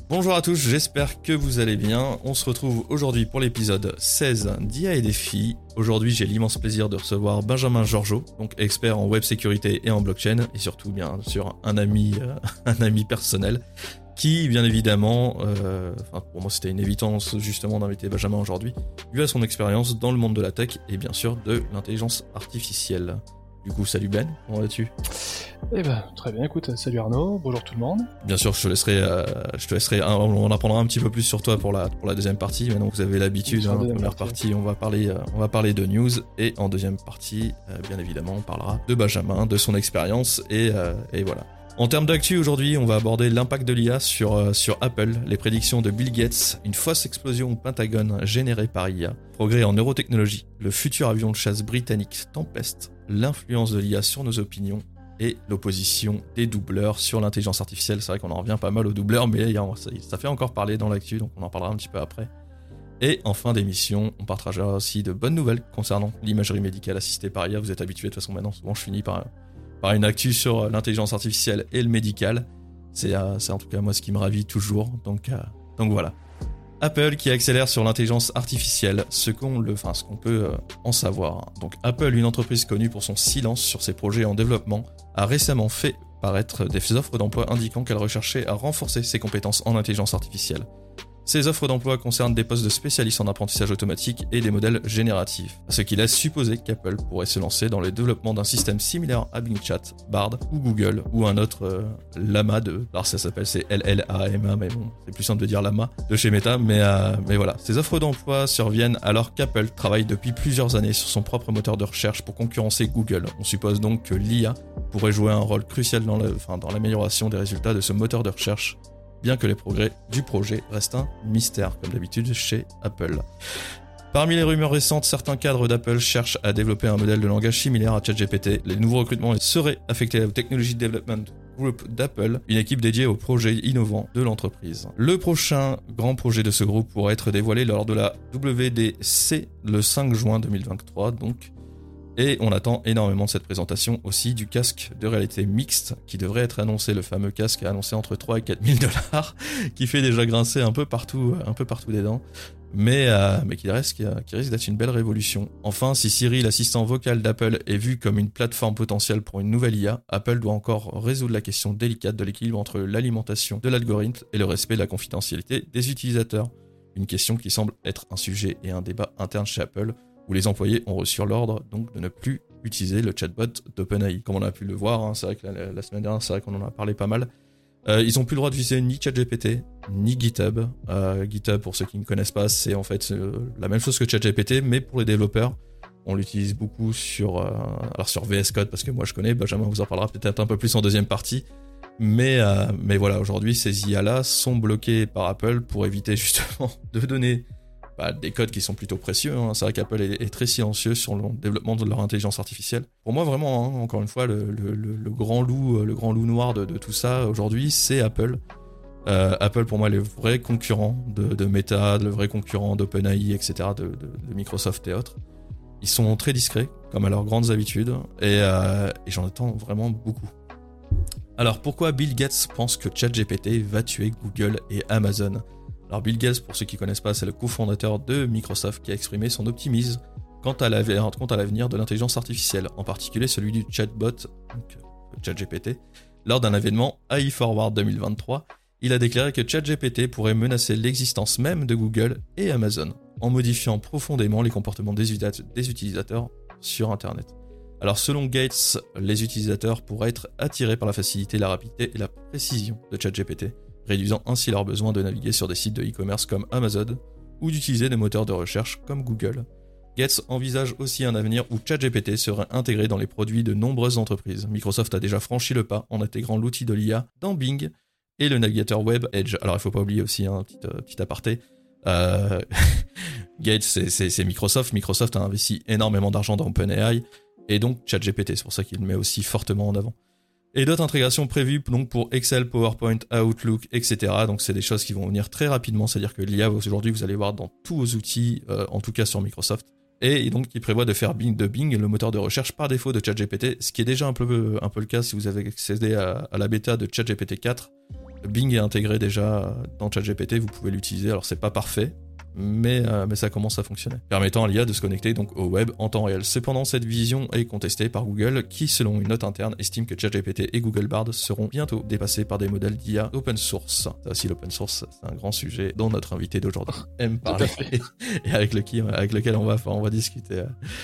Bonjour à tous, j'espère que vous allez bien. On se retrouve aujourd'hui pour l'épisode 16 d'IA et défis. Aujourd'hui, j'ai l'immense plaisir de recevoir Benjamin Georgeot, donc expert en web sécurité et en blockchain, et surtout bien sûr un ami personnel, qui bien évidemment, pour moi c'était une évidence justement d'inviter Benjamin aujourd'hui, lui a son expérience dans le monde de la tech et bien sûr de l'intelligence artificielle. Du coup, salut Ben, comment vas-tu ? Eh ben, très bien, écoute, salut Arnaud, bonjour tout le monde. Bien sûr, je te laisserai, on apprendra un petit peu plus sur toi pour la deuxième partie. Maintenant, vous avez l'habitude, en première partie, on va parler de news, et en deuxième partie, bien évidemment, on parlera de Benjamin, de son expérience, et voilà. En termes d'actu, aujourd'hui, on va aborder l'impact de l'IA sur Apple, les prédictions de Bill Gates, une fausse explosion au Pentagone générée par IA, progrès en neurotechnologie, le futur avion de chasse britannique Tempest, l'influence de l'IA sur nos opinions, et l'opposition des doubleurs sur l'intelligence artificielle. C'est vrai qu'on en revient pas mal aux doubleurs, mais ça fait encore parler dans l'actu, donc on en parlera un petit peu après. Et en fin d'émission, on partagera aussi de bonnes nouvelles concernant l'imagerie médicale assistée par IA. Vous êtes habitués, de toute façon maintenant, souvent je finis par une actu sur l'intelligence artificielle et le médical. C'est en tout cas moi ce qui me ravit toujours, donc voilà. Apple qui accélère sur l'intelligence artificielle, ce qu'on peut en savoir. Donc Apple, une entreprise connue pour son silence sur ses projets en développement, a récemment fait paraître des offres d'emploi indiquant qu'elle recherchait à renforcer ses compétences en intelligence artificielle. Ces offres d'emploi concernent des postes de spécialistes en apprentissage automatique et des modèles génératifs, ce qui laisse supposer qu'Apple pourrait se lancer dans le développement d'un système similaire à Bing Chat, Bard ou Google, ou un autre Llama alors ça s'appelle, c'est LLAMA, mais bon, c'est plus simple de dire Llama, de chez Meta, mais voilà. Ces offres d'emploi surviennent alors qu'Apple travaille depuis plusieurs années sur son propre moteur de recherche pour concurrencer Google. On suppose donc que l'IA pourrait jouer un rôle crucial dans l'amélioration des résultats de ce moteur de recherche, bien que les progrès du projet restent un mystère, comme d'habitude chez Apple. Parmi les rumeurs récentes, certains cadres d'Apple cherchent à développer un modèle de langage similaire à ChatGPT. Les nouveaux recrutements seraient affectés au Technology Development Group d'Apple, une équipe dédiée aux projets innovants de l'entreprise. Le prochain grand projet de ce groupe pourrait être dévoilé lors de la WWDC le 5 juin 2023, donc. Et on attend énormément de cette présentation aussi du casque de réalité mixte qui devrait être annoncé, le fameux casque annoncé entre 3 et 4 000 $, qui fait déjà grincer un peu partout des dents, mais qui risque d'être une belle révolution. Enfin, si Siri, l'assistant vocal d'Apple, est vu comme une plateforme potentielle pour une nouvelle IA, Apple doit encore résoudre la question délicate de l'équilibre entre l'alimentation de l'algorithme et le respect de la confidentialité des utilisateurs. Une question qui semble être un sujet et un débat interne chez Apple, où les employés ont reçu l'ordre donc de ne plus utiliser le chatbot d'OpenAI. Comme on a pu le voir, c'est vrai que la semaine dernière, c'est vrai qu'on en a parlé pas mal. Ils n'ont plus le droit d'utiliser ni ChatGPT, ni GitHub. GitHub, pour ceux qui ne connaissent pas, c'est en fait la même chose que ChatGPT, mais pour les développeurs. On l'utilise beaucoup sur VS Code, parce que moi je connais, Benjamin vous en parlera peut-être un peu plus en deuxième partie. Mais voilà, aujourd'hui, ces IA-là sont bloquées par Apple pour éviter justement de donner des codes qui sont plutôt précieux. C'est vrai qu'Apple est très silencieux sur le développement de leur intelligence artificielle. Pour moi, vraiment, encore une fois, le grand loup noir de tout ça aujourd'hui, c'est Apple. Apple, pour moi, est le vrai concurrent de Meta, le vrai concurrent d'OpenAI, etc., de Microsoft et autres. Ils sont très discrets, comme à leurs grandes habitudes, et j'en attends vraiment beaucoup. Alors, pourquoi Bill Gates pense que ChatGPT va tuer Google et Amazon ? Alors Bill Gates, pour ceux qui ne connaissent pas, c'est le cofondateur de Microsoft qui a exprimé son optimisme quant à l'avenir de l'intelligence artificielle, en particulier celui du chatbot, donc ChatGPT. Lors d'un événement AI Forward 2023, il a déclaré que ChatGPT pourrait menacer l'existence même de Google et Amazon, en modifiant profondément les comportements des utilisateurs sur Internet. Alors selon Gates, les utilisateurs pourraient être attirés par la facilité, la rapidité et la précision de ChatGPT, réduisant ainsi leur besoin de naviguer sur des sites de e-commerce comme Amazon ou d'utiliser des moteurs de recherche comme Google. Gates envisage aussi un avenir où ChatGPT serait intégré dans les produits de nombreuses entreprises. Microsoft a déjà franchi le pas en intégrant l'outil de l'IA dans Bing et le navigateur web Edge. Alors il ne faut pas oublier aussi un petit aparté. Gates, c'est Microsoft. Microsoft a investi énormément d'argent dans OpenAI et donc ChatGPT. C'est pour ça qu'il le met aussi fortement en avant. Et d'autres intégrations prévues donc pour Excel, PowerPoint, Outlook, etc. Donc c'est des choses qui vont venir très rapidement, c'est-à-dire que l'IA aujourd'hui vous allez voir dans tous vos outils, en tout cas sur Microsoft. Et donc il prévoit de faire de Bing le moteur de recherche par défaut de ChatGPT, ce qui est déjà un peu le cas si vous avez accédé à la bêta de ChatGPT 4. Bing est intégré déjà dans ChatGPT, vous pouvez l'utiliser, alors c'est pas parfait, mais ça commence à fonctionner, permettant à l'IA de se connecter donc au web en temps réel. Cependant, cette vision est contestée par Google, qui, selon une note interne, estime que ChatGPT et Google Bard seront bientôt dépassés par des modèles d'IA open source. Ça aussi, l'open source, c'est un grand sujet dont notre invité d'aujourd'hui aime parler et avec lequel on va discuter.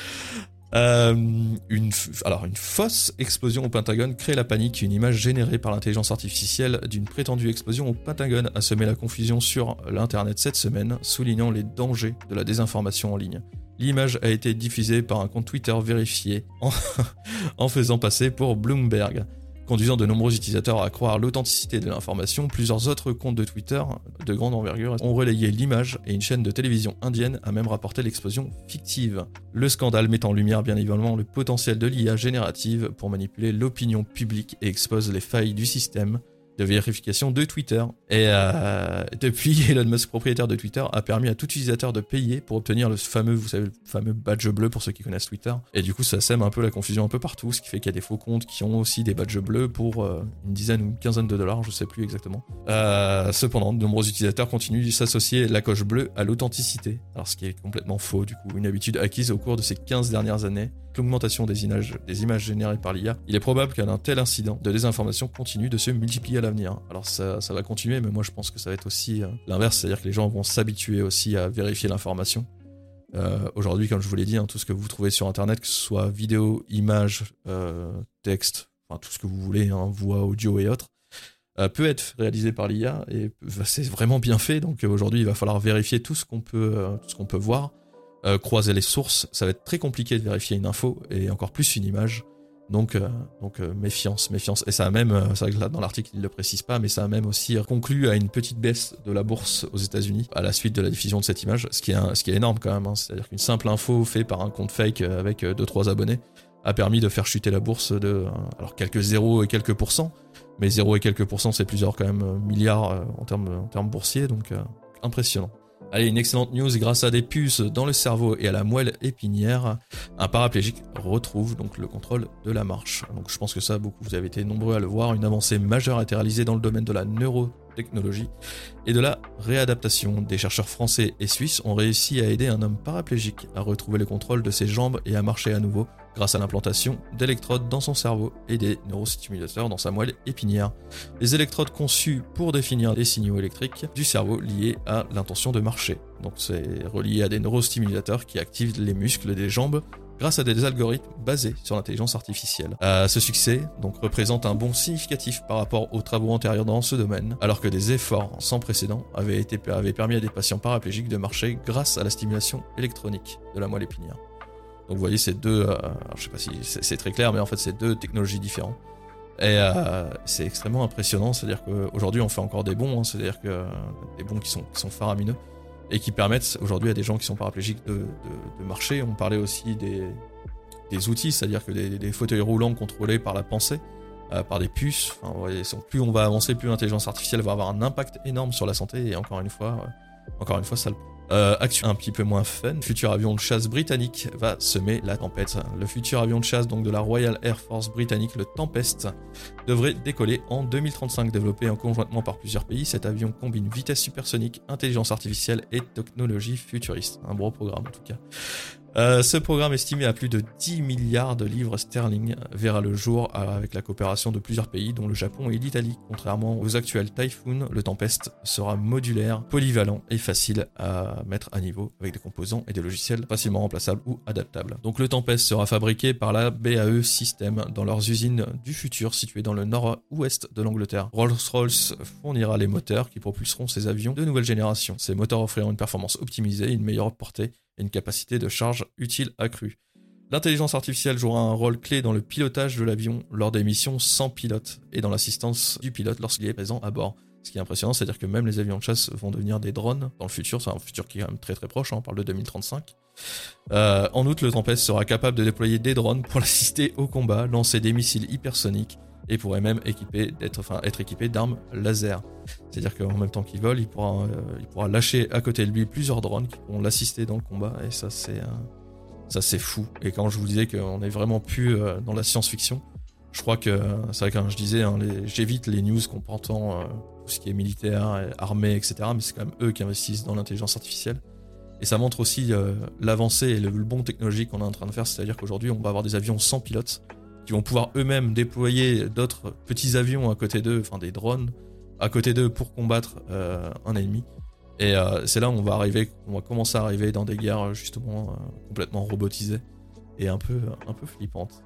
Une fausse explosion au Pentagone crée la panique. Une image générée par l'intelligence artificielle d'une prétendue explosion au Pentagone a semé la confusion sur l'internet cette semaine, soulignant les dangers de la désinformation en ligne. L'image a été diffusée par un compte Twitter vérifié en faisant passer pour Bloomberg, conduisant de nombreux utilisateurs à croire l'authenticité de l'information. Plusieurs autres comptes de Twitter de grande envergure ont relayé l'image et une chaîne de télévision indienne a même rapporté l'explosion fictive. Le scandale met en lumière bien évidemment le potentiel de l'IA générative pour manipuler l'opinion publique et expose les failles du système de vérification de Twitter. Et depuis, Elon Musk, propriétaire de Twitter, a permis à tout utilisateur de payer pour obtenir le fameux badge bleu pour ceux qui connaissent Twitter. Et du coup, ça sème un peu la confusion un peu partout, ce qui fait qu'il y a des faux comptes qui ont aussi des badges bleus pour une dizaine ou une quinzaine de dollars, je sais plus exactement. Cependant, de nombreux utilisateurs continuent de s'associer la coche bleue à l'authenticité. Alors, ce qui est complètement faux, du coup, une habitude acquise au cours de ces 15 dernières années. L'augmentation des images générées par l'IA, il est probable qu'un tel incident de désinformation continue de se multiplier à l'avenir. Alors ça va continuer, mais moi je pense que ça va être aussi l'inverse, c'est-à-dire que les gens vont s'habituer aussi à vérifier l'information. Aujourd'hui, comme je vous l'ai dit, tout ce que vous trouvez sur internet, que ce soit vidéo, images, texte, enfin tout ce que vous voulez, voix, audio et autres, peut être réalisé par l'IA et c'est vraiment bien fait. Donc aujourd'hui, il va falloir vérifier tout ce qu'on peut voir. Croiser les sources, ça va être très compliqué de vérifier une info et encore plus une image. Donc méfiance. Et ça a même, c'est vrai que là dans l'article il ne le précise pas, mais ça a même aussi conclu à une petite baisse de la bourse aux États-Unis à la suite de la diffusion de cette image, ce qui est énorme quand même. C'est-à-dire qu'une simple info faite par un compte fake avec 2-3 abonnés a permis de faire chuter la bourse de alors quelques 0 et quelques pourcents, mais 0 et quelques pourcents c'est plusieurs quand même milliards en termes boursiers, donc impressionnant. Allez, une excellente news, grâce à des puces dans le cerveau et à la moelle épinière, un paraplégique retrouve donc le contrôle de la marche. Donc je pense que ça, vous avez été nombreux à le voir, une avancée majeure a été réalisée dans le domaine de la neurotechnologie et de la réadaptation. Des chercheurs français et suisses ont réussi à aider un homme paraplégique à retrouver le contrôle de ses jambes et à marcher à nouveau grâce à l'implantation d'électrodes dans son cerveau et des neurostimulateurs dans sa moelle épinière. Les électrodes conçues pour définir les signaux électriques du cerveau liés à l'intention de marcher. Donc c'est relié à des neurostimulateurs qui activent les muscles des jambes grâce à des algorithmes basés sur l'intelligence artificielle. Ce succès donc représente un bond significatif par rapport aux travaux antérieurs dans ce domaine, alors que des efforts sans précédent avaient permis à des patients paraplégiques de marcher grâce à la stimulation électronique de la moelle épinière. Donc vous voyez ces deux, je sais pas si c'est très clair, mais en fait c'est deux technologies différentes. Et c'est extrêmement impressionnant, c'est-à-dire qu'aujourd'hui on fait encore des bonds, c'est-à-dire que des bonds qui sont faramineux, et qui permettent aujourd'hui à des gens qui sont paraplégiques de marcher. On parlait aussi des outils, c'est-à-dire que des fauteuils roulants contrôlés par la pensée, par des puces. Enfin, vous voyez, plus on va avancer, plus l'intelligence artificielle va avoir un impact énorme sur la santé, et encore une fois ça le action un petit peu moins fun, le futur avion de chasse britannique va semer la tempête. Le futur avion de chasse donc de la Royal Air Force britannique, le Tempest, devrait décoller en 2035. Développé conjointement par plusieurs pays, cet avion combine vitesse supersonique, intelligence artificielle et technologie futuriste. Un gros programme en tout cas. Ce programme, estimé à plus de 10 milliards de livres sterling, verra le jour avec la coopération de plusieurs pays, dont le Japon et l'Italie. Contrairement aux actuels Typhoon, le Tempest sera modulaire, polyvalent et facile à mettre à niveau, avec des composants et des logiciels facilement remplaçables ou adaptables. Donc le Tempest sera fabriqué par la BAE Systems dans leurs usines du futur situées dans le nord-ouest de l'Angleterre. Rolls-Royce fournira les moteurs qui propulseront ces avions de nouvelle génération. Ces moteurs offriront une performance optimisée, une meilleure portée et une capacité de charge utile accrue. L'intelligence artificielle jouera un rôle clé dans le pilotage de l'avion lors des missions sans pilote et dans l'assistance du pilote lorsqu'il est présent à bord. Ce qui est impressionnant, c'est-à-dire que même les avions de chasse vont devenir des drones dans le futur. C'est un futur qui est quand même très très proche, on parle de 2035. En outre, le Tempest sera capable de déployer des drones pour l'assister au combat, lancer des missiles hypersoniques et pourrait même être équipé d'armes laser. C'est-à-dire qu'en même temps qu'il vole, il pourra lâcher à côté de lui plusieurs drones qui pourront l'assister dans le combat, et ça c'est fou. Et quand je vous disais qu'on est vraiment plus dans la science-fiction, Je crois que c'est vrai que je disais, hein, j'évite les news comportant tout ce qui est militaire, armée, etc. Mais c'est quand même eux qui investissent dans l'intelligence artificielle. Et ça montre aussi l'avancée et le bond technologique qu'on est en train de faire. C'est-à-dire qu'aujourd'hui, on va avoir des avions sans pilote qui vont pouvoir eux-mêmes déployer d'autres petits avions à côté d'eux, enfin des drones, à côté d'eux pour combattre un ennemi. Et c'est là où on va commencer à arriver dans des guerres justement complètement robotisées et un peu flippantes.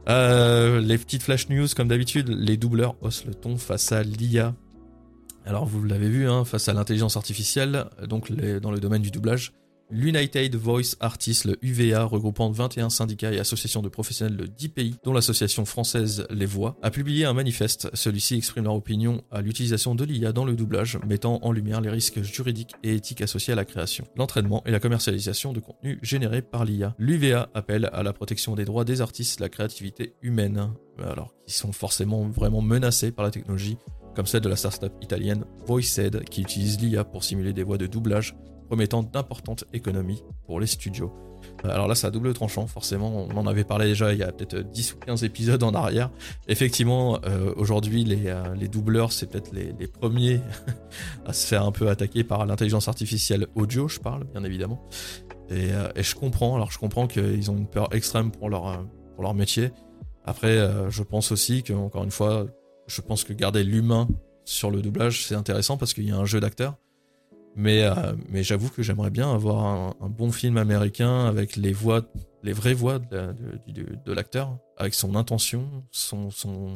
Les petites flash news comme d'habitude, les doubleurs haussent le ton face à l'IA. Alors vous l'avez vu, hein, face à l'intelligence artificielle, donc dans le domaine du doublage, l'United Voice Artists, le UVA, regroupant 21 syndicats et associations de professionnels de 10 pays, dont l'association française Les Voix, a publié un manifeste. Celui-ci exprime leur opinion à l'utilisation de l'IA dans le doublage, mettant en lumière les risques juridiques et éthiques associés à la création, l'entraînement et la commercialisation de contenus générés par l'IA. L'UVA appelle à la protection des droits des artistes, la créativité humaine, alors qui sont forcément vraiment menacés par la technologie, comme celle de la start-up italienne Voiced, qui utilise l'IA pour simuler des voix de doublage, promettant d'importantes économies pour les studios. Alors là, c'est à double tranchant, forcément, on en avait parlé déjà il y a peut-être 10 ou 15 épisodes en arrière. Effectivement, aujourd'hui, les doubleurs, c'est peut-être les premiers à se faire un peu attaquer par l'intelligence artificielle audio, je parle, bien évidemment. Et je comprends qu'ils ont une peur extrême pour leur métier. Après, je pense aussi que, encore une fois, je pense que garder l'humain sur le doublage, c'est intéressant parce qu'il y a un jeu d'acteurs. Mais j'avoue que j'aimerais bien avoir un bon film américain avec les vraies voix de l'acteur, avec son intention, son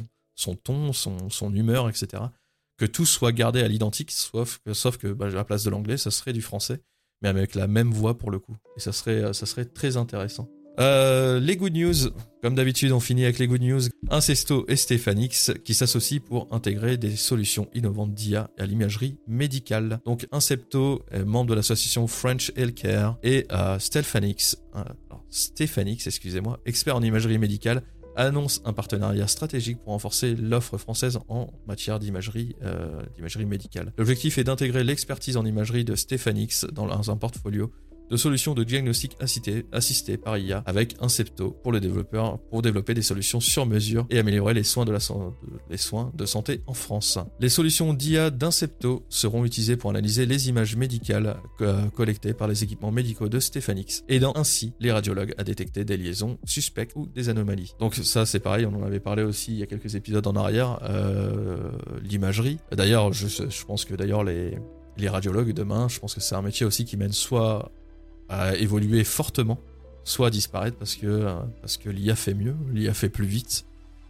ton, son humeur, etc. Que tout soit gardé à l'identique, sauf que à la place de l'anglais, ça serait du français, mais avec la même voix pour le coup. Et ça serait très intéressant. Les good news, comme d'habitude on finit avec les good news. Incesto et Stephanix qui s'associent pour intégrer des solutions innovantes d'IA à l'imagerie médicale. Donc Incepto est membre de l'association French Healthcare et Stephanix, expert en imagerie médicale, annonce un partenariat stratégique pour renforcer l'offre française en matière d'imagerie médicale. L'objectif est d'intégrer l'expertise en imagerie de Stephanix dans un portfolio de solutions de diagnostic assistées par IA avec Incepto pour développer des solutions sur mesure et améliorer les soins de santé en France. Les solutions d'IA d'Incepto seront utilisées pour analyser les images médicales collectées par les équipements médicaux de Stephanix, aidant ainsi les radiologues à détecter des liaisons suspectes ou des anomalies. Donc ça c'est pareil, on en avait parlé aussi il y a quelques épisodes en arrière, l'imagerie. D'ailleurs, je pense que les radiologues demain, je pense que c'est un métier aussi qui mène soit à évoluer fortement, soit à disparaître parce que l'IA fait mieux, l'IA fait plus vite,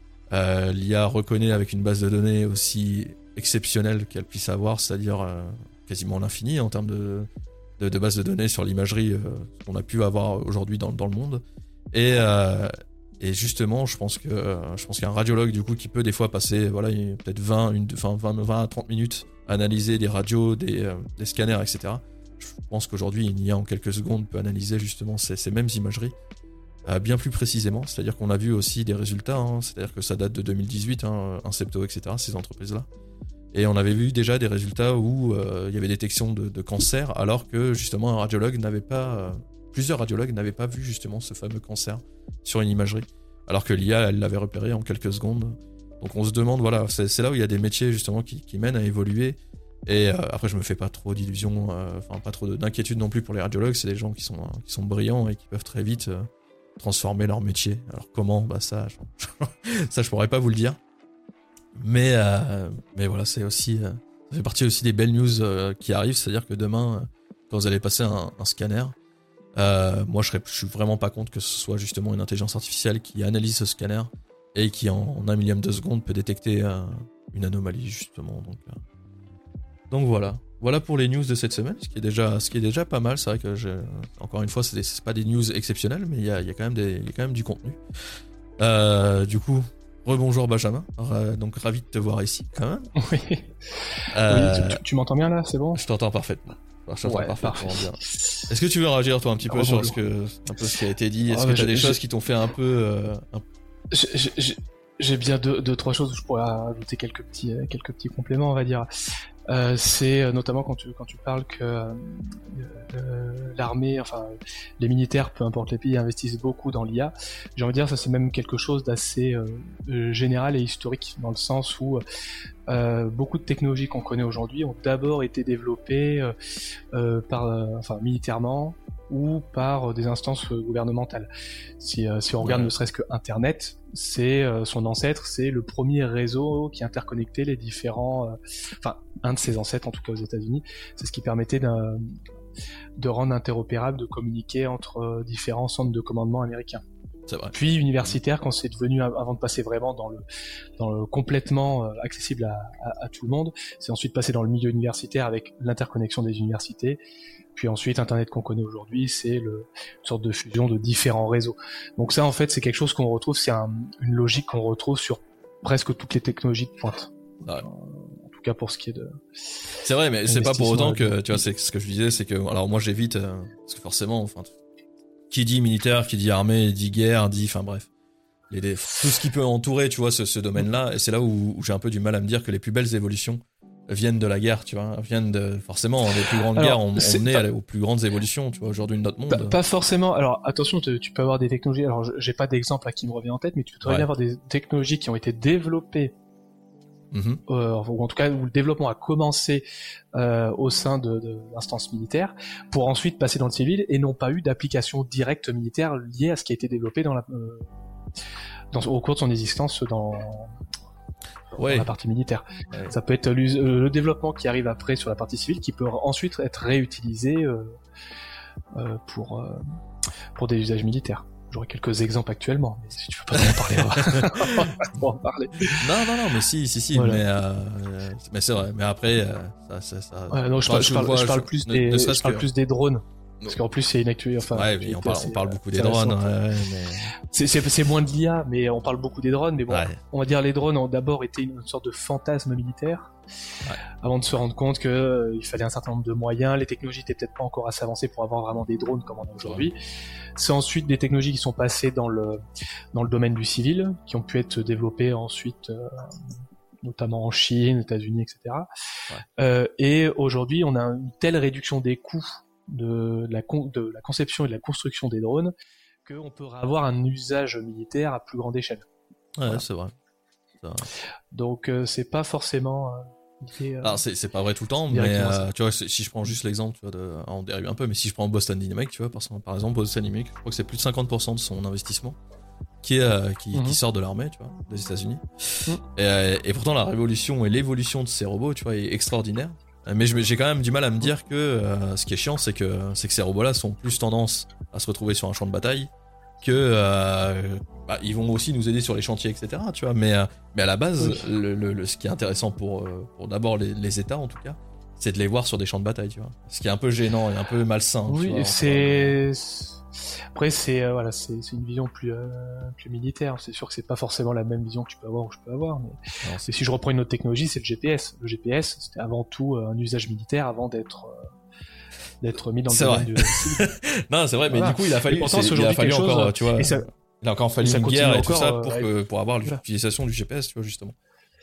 l'IA reconnaît avec une base de données aussi exceptionnelle qu'elle puisse avoir, c'est-à-dire quasiment l'infini en termes de base de données sur l'imagerie qu'on a pu avoir aujourd'hui dans le monde. Et justement, je pense qu'un radiologue du coup qui peut des fois passer peut-être 20 à 30 minutes à analyser des radios, des scanners, etc. Je pense qu'aujourd'hui, une IA en quelques secondes peut analyser justement ces mêmes imageries bien plus précisément. C'est-à-dire qu'on a vu aussi des résultats, c'est-à-dire que ça date de 2018, Incepto, etc., ces entreprises-là. Et on avait vu déjà des résultats où il y avait détection de cancer, alors que justement plusieurs radiologues n'avaient pas vu justement ce fameux cancer sur une imagerie, alors que l'IA, elle l'avait repéré en quelques secondes. Donc on se demande, c'est là où il y a des métiers justement qui mènent à évoluer. Et après, je me fais pas trop d'illusions, pas trop d'inquiétude non plus pour les radiologues. C'est des gens qui sont brillants et qui peuvent très vite transformer leur métier. Alors comment, ça je pourrais pas vous le dire. Mais voilà, c'est aussi, ça fait partie aussi des belles news qui arrivent. C'est-à-dire que demain, quand vous allez passer un scanner, moi je suis vraiment pas contre que ce soit justement une intelligence artificielle qui analyse ce scanner et qui en un millième de seconde peut détecter une anomalie justement. Donc voilà pour les news de cette semaine, ce qui est déjà pas mal. C'est vrai que encore une fois, c'est pas des news exceptionnelles, mais il y a quand même du contenu. Du coup, rebonjour Benjamin, donc ravi de te voir ici quand même. Oui. Oui, tu m'entends bien là, c'est bon ? Je t'entends parfaitement. Parfait. Bien. Est-ce que tu veux réagir toi un petit peu sur ce qui a été dit ? Est-ce que tu as des choses qui t'ont fait un peu J'ai bien deux trois choses où je pourrais ajouter quelques petits compléments, on va dire. C'est notamment quand tu parles que l'armée, enfin les militaires, peu importe les pays, investissent beaucoup dans l'IA. J'ai envie de dire ça c'est même quelque chose d'assez général et historique dans le sens où beaucoup de technologies qu'on connaît aujourd'hui ont d'abord été développées militairement ou par des instances gouvernementales. Si on regarde ne serait-ce que Internet, c'est son ancêtre, c'est le premier réseau qui interconnectait les différents, un de ses ancêtres en tout cas aux États-Unis, c'est ce qui permettait de rendre interopérable, de communiquer entre différents centres de commandement américains. C'est vrai. Puis universitaire, quand c'est devenu, avant de passer vraiment dans le complètement accessible à tout le monde, c'est ensuite passé dans le milieu universitaire avec l'interconnexion des universités. Puis ensuite, Internet qu'on connaît aujourd'hui, c'est une sorte de fusion de différents réseaux. Donc ça, en fait, c'est quelque chose qu'on retrouve, c'est une logique qu'on retrouve sur presque toutes les technologies de pointe. Ouais. En tout cas pour ce qui est de... C'est vrai, mais c'est pas pour autant que, tu vois, c'est ce que je disais, c'est que, alors moi j'évite, parce que forcément, enfin, qui dit militaire, qui dit armée, dit guerre, dit, enfin bref. Tout ce qui peut entourer, tu vois, ce domaine-là, et c'est là où j'ai un peu du mal à me dire que les plus belles évolutions viennent de la guerre, tu vois, forcément, les plus grandes guerres ont mené aux plus grandes évolutions, tu vois, aujourd'hui de notre monde. Pas forcément, alors attention, tu peux avoir des technologies, alors j'ai pas d'exemple qui me revient en tête, mais tu peux très bien avoir des technologies qui ont été développées, ou en tout cas où le développement a commencé au sein de l'instance militaire, pour ensuite passer dans le civil, et n'ont pas eu d'application directe militaire liée à ce qui a été développé au cours de son existence dans la partie militaire. Ouais. Ça peut être le développement qui arrive après sur la partie civile qui peut ensuite être réutilisé pour des usages militaires. J'aurais quelques exemples actuellement, mais si tu veux pas en parler, on va en parler. Non, mais si, voilà. Mais c'est vrai. Mais après, ça. Ouais, non, je parle plus des drones. Parce qu'en plus, c'est une actualité. Enfin, ouais, on parle beaucoup des drones. Ouais, mais... c'est moins de l'IA, mais on parle beaucoup des drones. Mais bon, on va dire les drones ont d'abord été une sorte de fantasme militaire, avant de se rendre compte que il fallait un certain nombre de moyens. Les technologies étaient peut-être pas encore assez avancées pour avoir vraiment des drones comme on a aujourd'hui. C'est ensuite des technologies qui sont passées dans le domaine du civil, qui ont pu être développées ensuite. Notamment en Chine, États-Unis, etc. Et aujourd'hui, on a une telle réduction des coûts de la conception et de la construction des drones qu'on peut avoir un usage militaire à plus grande échelle. Ouais, voilà. C'est vrai. Donc c'est pas forcément alors c'est pas vrai tout le temps, mais tu vois, si je prends juste l'exemple, tu vois, on dérive un peu, mais si je prends Boston Dynamics, tu vois, par exemple Boston Dynamics, je crois que c'est plus de 50% de son investissement qui sort de l'armée, tu vois, des États-Unis. Et pourtant la révolution et l'évolution de ces robots, tu vois, est extraordinaire. Mais j'ai quand même du mal à me dire que ce qui est chiant, c'est que ces robots-là sont plus tendance à se retrouver sur un champ de bataille que ils vont aussi nous aider sur les chantiers, etc. Tu vois, mais à la base, ce qui est intéressant pour d'abord les États en tout cas, c'est de les voir sur des champs de bataille, tu vois. Ce qui est un peu gênant et un peu malsain. Oui, tu vois, après c'est une vision plus militaire. C'est sûr que c'est pas forcément la même vision que tu peux avoir ou que je peux avoir. Mais si je reprends une autre technologie, c'est le GPS. Le GPS, c'était avant tout un usage militaire avant d'être mis dans le domaine du civil. Non, c'est vrai, mais du coup il a fallu encore, tu vois. Il a encore fallu une guerre et tout ça pour avoir l'utilisation du GPS, tu vois, justement.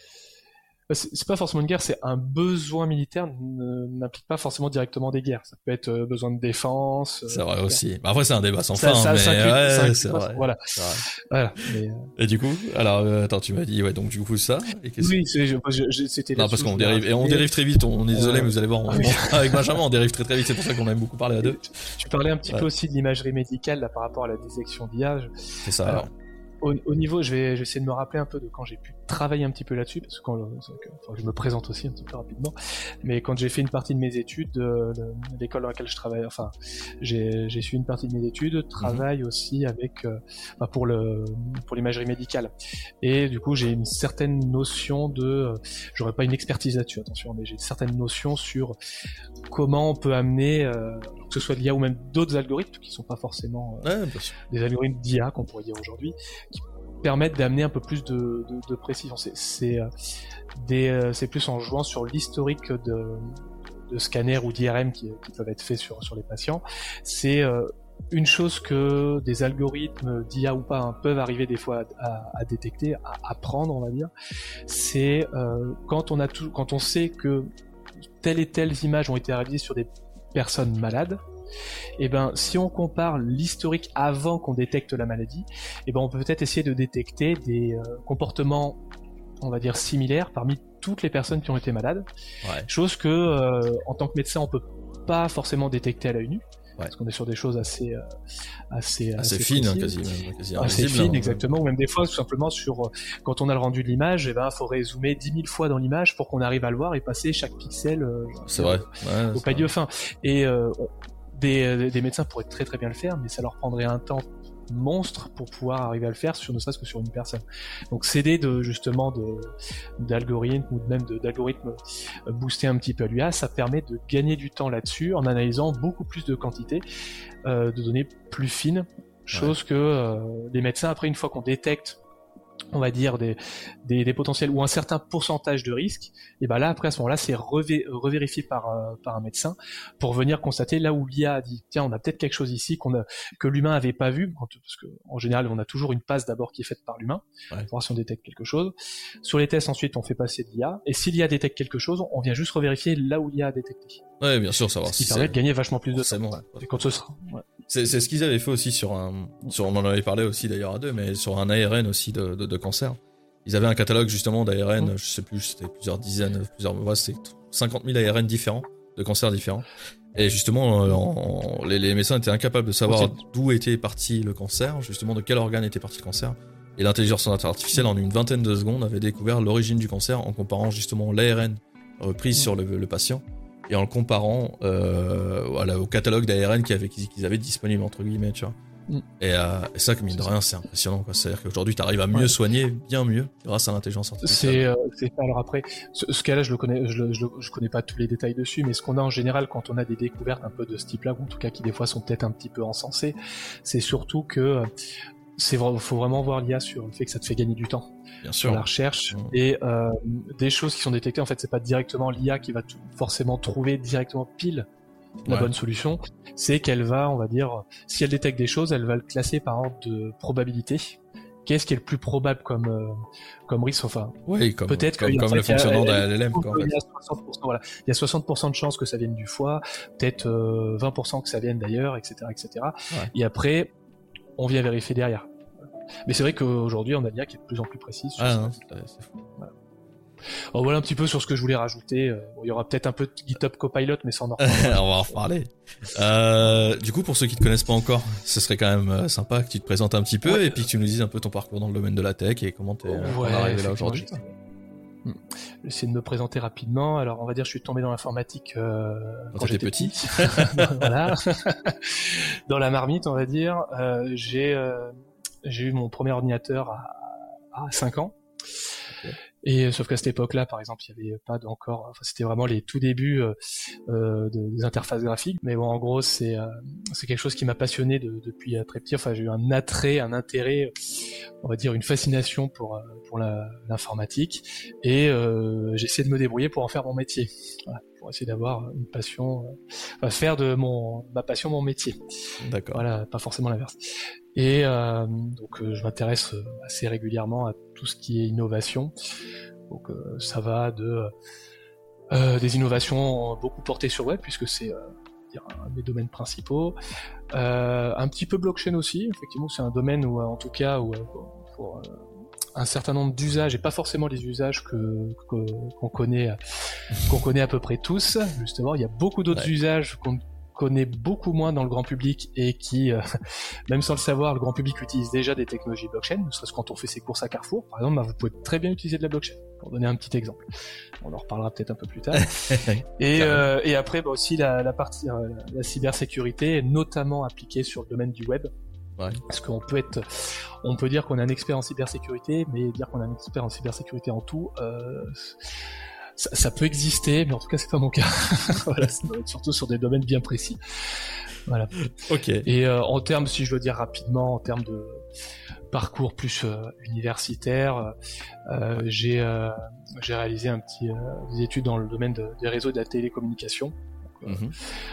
C'est pas forcément une guerre, c'est un besoin militaire n'implique pas forcément directement des guerres. Ça peut être besoin de défense. C'est vrai aussi. Après c'est un débat sans fin, mais c'est vrai. Voilà. Mais, et du coup, alors attends, tu m'as dit donc du coup ça. Oui, c'était. Non, parce qu'on dérive très vite. On est désolé, mais vous allez voir, avec Benjamin, on dérive très très vite. C'est pour ça qu'on aime beaucoup parler à deux. Tu parlais un petit peu aussi de l'imagerie médicale là par rapport à la détection d'IA. C'est ça. Alors. Au niveau, je vais essayer de me rappeler un peu de quand j'ai pu travailler un petit peu là-dessus, parce que je me présente aussi un petit peu rapidement, mais quand j'ai fait une partie de mes études, l'école dans laquelle je travaille, enfin, j'ai suivi une partie de mes études, travaille aussi avec, pour l'imagerie médicale. Et du coup, j'ai une certaine notion j'aurais pas une expertise là-dessus, attention, mais j'ai une certaine notion sur comment on peut amener, que ce soit l'IA ou même d'autres algorithmes qui sont pas forcément des algorithmes d'IA qu'on pourrait dire aujourd'hui, qui permettent d'amener un peu plus de précision. C'est plus en jouant sur l'historique de scanners ou d'IRM qui peuvent être faits sur les patients. C'est une chose que des algorithmes d'IA ou pas peuvent arriver des fois à détecter, à apprendre, on va dire. C'est quand on sait que telles et telles images ont été réalisées sur des personnes malades. Et ben, si on compare l'historique avant qu'on détecte la maladie, et ben, on peut peut-être essayer de détecter des comportements, on va dire, similaires parmi toutes les personnes qui ont été malades. Ouais. Chose que, en tant que médecin, on peut pas forcément détecter à l'œil nu. Ouais. Parce qu'on est sur des choses assez fines, hein, quasi assez fines, hein, exactement. Ou même des fois, tout simplement, quand on a le rendu de l'image, et ben, faut rézoomer 10 000 fois dans l'image pour qu'on arrive à le voir et passer chaque pixel c'est vrai. Au palier fin. Et des médecins pourraient très très bien le faire, mais ça leur prendrait un temps monstre pour pouvoir arriver à le faire, ne serait-ce que sur une personne. Donc s'aider d'algorithmes ou même d'algorithmes booster un petit peu à l'IA, ça permet de gagner du temps là-dessus en analysant beaucoup plus de quantités de données plus fines, chose que les médecins, après, une fois qu'on détecte, on va dire, des potentiels ou un certain pourcentage de risque, et ben là, après, à ce moment-là, c'est revérifié par un médecin pour venir constater là où l'IA a dit, tiens, on a peut-être quelque chose ici que l'humain avait pas vu, parce que en général, on a toujours une passe d'abord qui est faite par l'humain, pour voir si on détecte quelque chose. Sur les tests, ensuite, on fait passer de l'IA, et si l'IA détecte quelque chose, on vient juste revérifier là où l'IA a détecté. Ouais, bien sûr, savoir ce qui permet de gagner vachement plus de temps. Et quand ce sera, C'est ce qu'ils avaient fait aussi on en avait parlé aussi d'ailleurs à deux, mais sur un ARN aussi de cancer. Ils avaient un catalogue justement d'ARN, je sais plus, c'était c'était 50 000 ARN différents, de cancers différents. Et justement, les médecins étaient incapables de savoir d'où était parti le cancer, justement de quel organe était parti le cancer. Et l'intelligence artificielle, en une vingtaine de secondes, avait découvert l'origine du cancer en comparant justement l'ARN reprise sur le patient et en le comparant au catalogue d'ARN qu'ils avaient disponible, entre guillemets, tu vois. Et ça, mine de rien, c'est impressionnant, quoi. C'est-à-dire qu'aujourd'hui, tu arrives à mieux soigner, bien mieux, grâce à l'intelligence artificielle. C'est ça. Alors après, ce cas-là, je connais pas tous les détails dessus, mais ce qu'on a en général quand on a des découvertes un peu de ce type-là, ou en tout cas qui des fois sont peut-être un petit peu encensées, c'est surtout que faut vraiment voir l'IA sur le fait que ça te fait gagner du temps. Bien sûr. Sur la recherche. Et des choses qui sont détectées, en fait, c'est pas directement l'IA qui va forcément trouver directement pile la bonne solution, c'est qu'elle va, on va dire, si elle détecte des choses, elle va le classer par ordre de probabilité. Qu'est-ce qui est le plus probable comme risque, enfin. Oui, peut-être comme le fonctionnement de la LLM, quoi. Il y a 60% de chances que ça vienne du foie, peut-être 20% que ça vienne d'ailleurs, etc., etc. Ouais. Et après, on vient vérifier derrière. Mais c'est vrai qu'aujourd'hui, on a l'IA qui est de plus en plus précise. C'est fou. Voilà. Alors voilà un petit peu sur ce que je voulais rajouter. Il y aura peut-être un peu de GitHub Copilot, mais ça on en reparlera. On va en reparler. Du coup, pour ceux qui te connaissent pas encore, ce serait quand même sympa que tu te présentes un petit peu et puis que tu nous dises un peu ton parcours dans le domaine de la tech et comment t'es arrivé là aujourd'hui. Je vais essayer de me présenter rapidement. Alors on va dire je suis tombé dans l'informatique quand j'étais petit. Voilà. Dans la marmite, on va dire. J'ai eu mon premier ordinateur à 5 ans. Okay. Et sauf qu'à cette époque-là, par exemple, il y avait pas encore. Enfin, c'était vraiment les tout débuts des interfaces graphiques. Mais bon, en gros, c'est quelque chose qui m'a passionné depuis très petit. Enfin, j'ai eu un intérêt, on va dire une fascination pour l'informatique. Et j'ai essayé de me débrouiller pour en faire mon métier. Voilà, pour essayer d'avoir une passion, faire de ma passion mon métier. D'accord. Voilà, pas forcément l'inverse. Et donc je m'intéresse assez régulièrement à tout ce qui est innovation. Donc ça va des innovations beaucoup portées sur web puisque c'est un des domaines principaux. Un petit peu blockchain aussi. Effectivement, c'est un domaine où en tout cas pour un certain nombre d'usages et pas forcément les usages qu'on connaît à peu près tous. Justement, il y a beaucoup d'autres usages qu'on connaît beaucoup moins dans le grand public et qui, même sans le savoir, le grand public utilise déjà des technologies blockchain, ne serait-ce quand on fait ses courses à Carrefour, par exemple, vous pouvez très bien utiliser de la blockchain, pour donner un petit exemple. On en reparlera peut-être un peu plus tard. Et après, aussi la partie, la cybersécurité, notamment appliquée sur le domaine du web. Ouais. Parce qu'on peut dire qu'on est un expert en cybersécurité, mais dire qu'on est un expert en cybersécurité en tout, ça peut exister, mais en tout cas c'est pas mon cas. Voilà, ça doit être surtout sur des domaines bien précis. Voilà. Ok. Et en termes, si je veux dire rapidement, en termes de parcours plus universitaire, j'ai réalisé des études dans le domaine des réseaux de la télécommunication.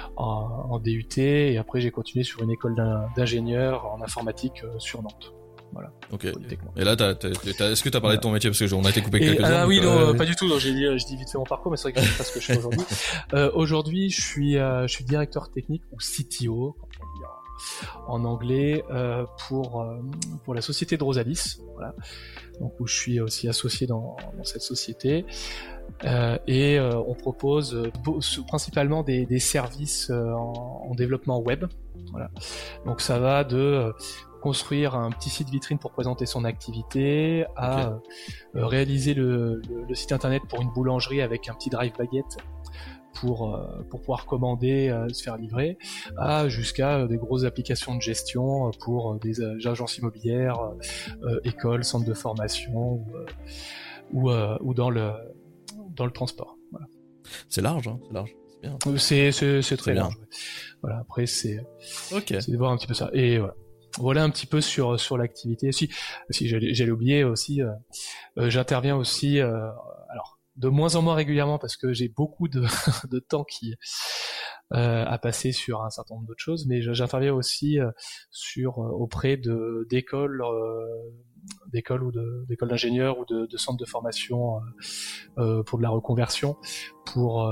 En DUT, et après j'ai continué sur une école d'ingénieur en informatique sur Nantes. Voilà. Ok. Et là, est-ce que t'as parlé de ton métier, parce que on a été coupé quelques secondes. Ah oui, non, pas du tout. Donc, je dis vite fait mon parcours, mais c'est vrai que je sais pas ce que je fais aujourd'hui. Aujourd'hui, je suis directeur technique ou CTO, en anglais, pour la société de Rosalis. Voilà. Donc où je suis aussi associé dans cette société. Et on propose principalement des services en développement web. Voilà. Donc ça va de construire un petit site vitrine pour présenter son activité, à réaliser le site internet pour une boulangerie avec un petit drive baguette pour pouvoir commander, se faire livrer, jusqu'à des grosses applications de gestion pour des agences immobilières, écoles, centres de formation ou dans le transport. Voilà. C'est large, hein, c'est large. C'est très large. Ouais. Voilà, après c'est de voir un petit peu ça. Et voilà un petit peu sur l'activité. Si j'allais oublier aussi, j'interviens aussi alors de moins en moins régulièrement parce que j'ai beaucoup de temps à passer sur un certain nombre d'autres choses, mais j'interviens aussi auprès d'écoles ou d'écoles d'ingénieurs ou de centres de formation pour de la reconversion, pour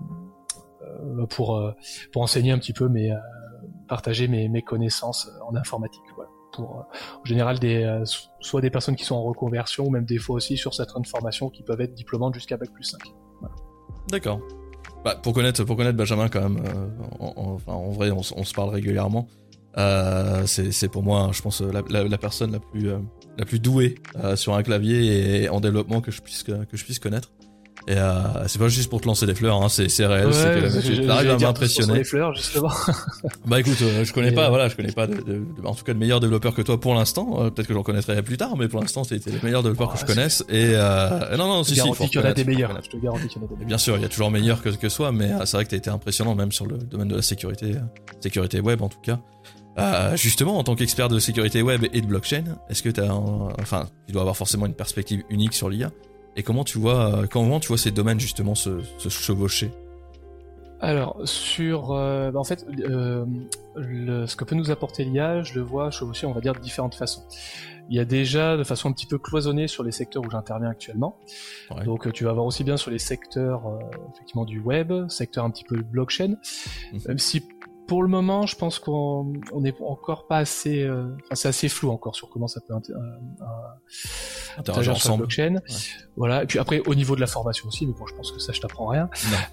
enseigner un petit peu, partager mes connaissances en informatique. Voilà. En général soit des personnes qui sont en reconversion, ou même des fois aussi sur certaines formations qui peuvent être diplômantes jusqu'à Bac+5. Voilà. D'accord. Pour connaître Benjamin quand même, en vrai on se parle régulièrement. C'est pour moi, je pense, la personne la plus douée sur un clavier et en développement que je puisse connaître. Et c'est pas juste pour te lancer des fleurs, hein, c'est réel, c'est que tu arrives à m'impressionner. Les fleurs, justement. Écoute, je connais pas en tout cas de meilleurs développeurs que toi pour l'instant. Peut-être que j'en connaîtrai plus tard, mais pour l'instant c'est les meilleurs développeurs que je connaisse. Et non, je te garantis qu'il y en a des meilleurs. Je te garantis qu'il y en a des meilleurs. Bien sûr, il y a toujours meilleurs que soi, mais c'est vrai que t'as été impressionnant même sur le domaine de la sécurité web en tout cas. Justement, en tant qu'expert de sécurité web et de blockchain, est-ce que tu dois avoir forcément une perspective unique sur l'IA? Et comment tu vois ces domaines justement se chevaucher? Alors en fait, ce que peut nous apporter l'IA, je le vois chevaucher, on va dire, de différentes façons. Il y a déjà de façon un petit peu cloisonnée sur les secteurs où j'interviens actuellement. Ouais. Donc tu vas avoir aussi bien sur les secteurs effectivement du web, secteur un petit peu blockchain, même si pour le moment, je pense qu'on n'est encore pas assez... c'est assez flou encore sur comment ça peut interagir sur la blockchain. Ouais. Voilà. Et puis après, au niveau de la formation aussi, mais bon, je pense que ça, je t'apprends rien.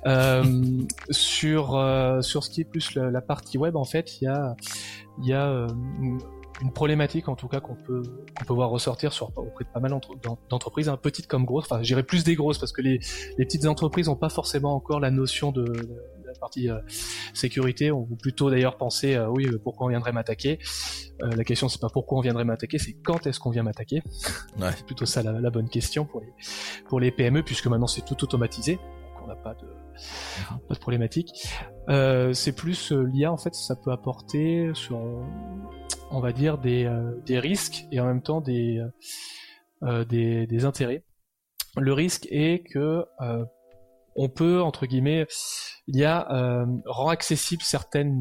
Sur ce qui est plus la partie web, en fait, il y a une problématique, en tout cas, qu'on peut voir ressortir auprès de pas mal d'entreprises, hein, petites comme grosses. Enfin, j'irais plus des grosses, parce que les petites entreprises n'ont pas forcément encore la notion de la partie sécurité. On peut plutôt d'ailleurs penser pourquoi on viendrait m'attaquer. La question c'est pas pourquoi on viendrait m'attaquer, c'est quand est-ce qu'on vient m'attaquer. Ouais. C'est plutôt ça la bonne question pour les PME, puisque maintenant c'est tout automatisé, donc on n'a pas de problématique. C'est plus l'IA, en fait, ça peut apporter sur, on va dire, des risques et en même temps des intérêts. Le risque est que on peut, entre guillemets, l'IA rend accessible certaines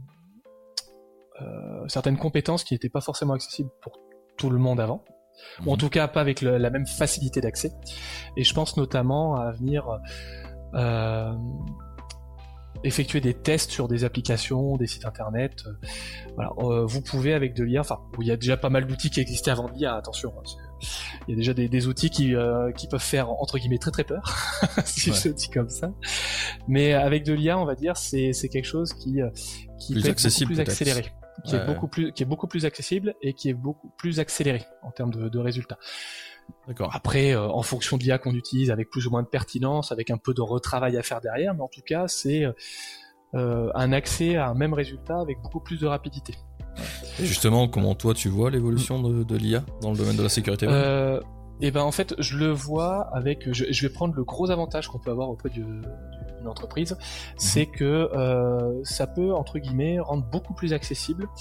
compétences qui n'étaient pas forcément accessibles pour tout le monde avant, ou en tout cas pas avec la même facilité d'accès. Et je pense notamment à venir effectuer des tests sur des applications, des sites internet. Voilà, vous pouvez avec de l'IA, il y a déjà pas mal d'outils qui existaient avant de l'IA, attention. Il y a déjà des outils qui peuvent faire, entre guillemets, très très peur, si je le dis comme ça. Mais avec de l'IA, on va dire, c'est quelque chose qui plus peut accessible, être beaucoup plus accéléré, qui est beaucoup plus accessible et qui est beaucoup plus accéléré en termes de résultats. D'accord. Après, en fonction de l'IA qu'on utilise, avec plus ou moins de pertinence, avec un peu de retravail à faire derrière, mais en tout cas, c'est un accès à un même résultat avec beaucoup plus de rapidité. Et justement, comment toi tu vois l'évolution de l'IA dans le domaine de la sécurité web? En fait, je le vois avec... Je vais prendre le gros avantage qu'on peut avoir auprès d'une entreprise, c'est que ça peut, entre guillemets, rendre beaucoup plus accessible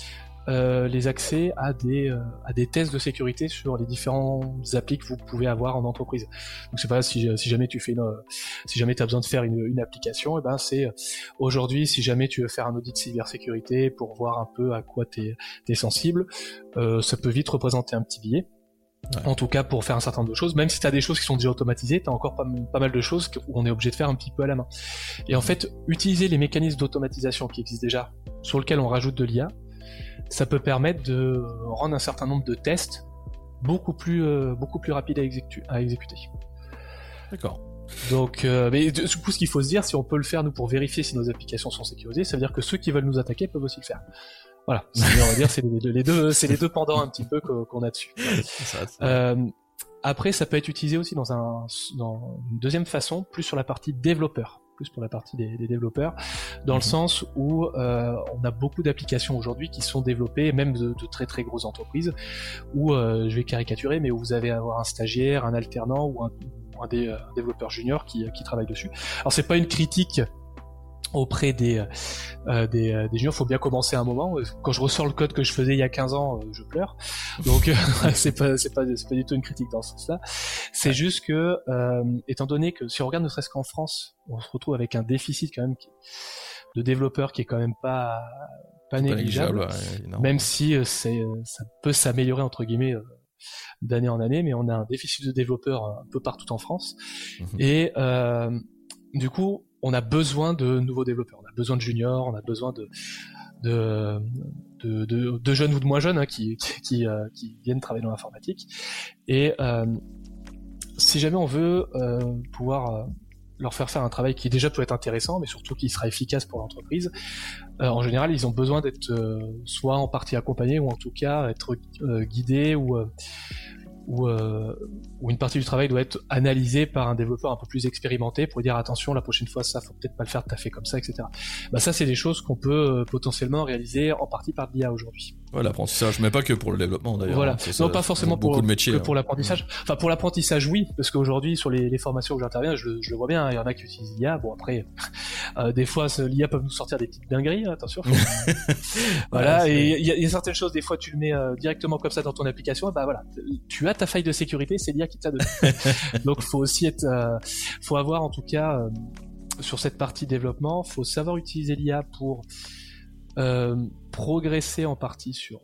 les accès à des tests de sécurité sur les différents applis que vous pouvez avoir en entreprise. Donc c'est pas si jamais tu as besoin de faire une application, et ben c'est aujourd'hui, si jamais tu veux faire un audit de cybersécurité pour voir un peu à quoi t'es sensible, ça peut vite représenter un petit billet. Ouais. En tout cas pour faire un certain nombre de choses, même si t'as des choses qui sont déjà automatisées, t'as encore pas mal de choses où on est obligé de faire un petit peu à la main. Et en fait, utiliser les mécanismes d'automatisation qui existent déjà, sur lesquels on rajoute de l'IA, ça peut permettre de rendre un certain nombre de tests beaucoup plus rapides à exécuter. D'accord. Donc, mais du coup, ce qu'il faut se dire, si on peut le faire nous pour vérifier si nos applications sont sécurisées, ça veut dire que ceux qui veulent nous attaquer peuvent aussi le faire. Voilà, on va dire c'est les deux pendants un petit peu qu'on a dessus. Après, ça peut être utilisé aussi dans une deuxième façon, plus sur la partie développeur, plus pour la partie des développeurs, dans le sens où on a beaucoup d'applications aujourd'hui qui sont développées, même de très très grosses entreprises, où je vais caricaturer, mais où vous allez avoir un stagiaire, un alternant ou un développeur junior qui travaille dessus. Alors c'est pas une critique auprès des juniors, faut bien commencer à un moment. Quand je ressors le code que je faisais il y a 15 ans, je pleure. Donc c'est pas du tout une critique dans ce sens-là. C'est juste que étant donné que si on regarde ne serait-ce qu'en France, on se retrouve avec un déficit quand même de développeurs qui est quand même pas négligeable, même si ça peut s'améliorer entre guillemets d'année en année, mais on a un déficit de développeurs un peu partout en France. Et du coup, on a besoin de nouveaux développeurs, on a besoin de juniors, on a besoin de jeunes ou de moins jeunes qui viennent travailler dans l'informatique. Et si jamais on veut pouvoir leur faire un travail qui déjà peut être intéressant, mais surtout qui sera efficace pour l'entreprise, en général, ils ont besoin d'être soit en partie accompagnés, ou en tout cas être guidés, ou une partie du travail doit être analysée par un développeur un peu plus expérimenté pour dire attention, la prochaine fois ça faut peut-être pas le faire tout à fait comme ça, etc. Bah ça c'est des choses qu'on peut potentiellement réaliser en partie par l'IA aujourd'hui. Ouais, l'apprentissage, mais pas que pour le développement d'ailleurs. Voilà, non pas forcément pour de métiers, pour l'apprentissage. Enfin pour l'apprentissage oui, parce qu'aujourd'hui sur les formations où j'interviens, je le vois bien, il y en a qui utilisent l'IA. Bon après, des fois l'IA peut nous sortir des petites dingueries, attention. Voilà, ouais, et il y a certaines choses, des fois tu le mets directement comme ça dans ton application, et bah voilà, tu as ta faille de sécurité, c'est l'IA qui t'a donné. Donc faut aussi faut avoir en tout cas sur cette partie développement, faut savoir utiliser l'IA pour progresser en partie sur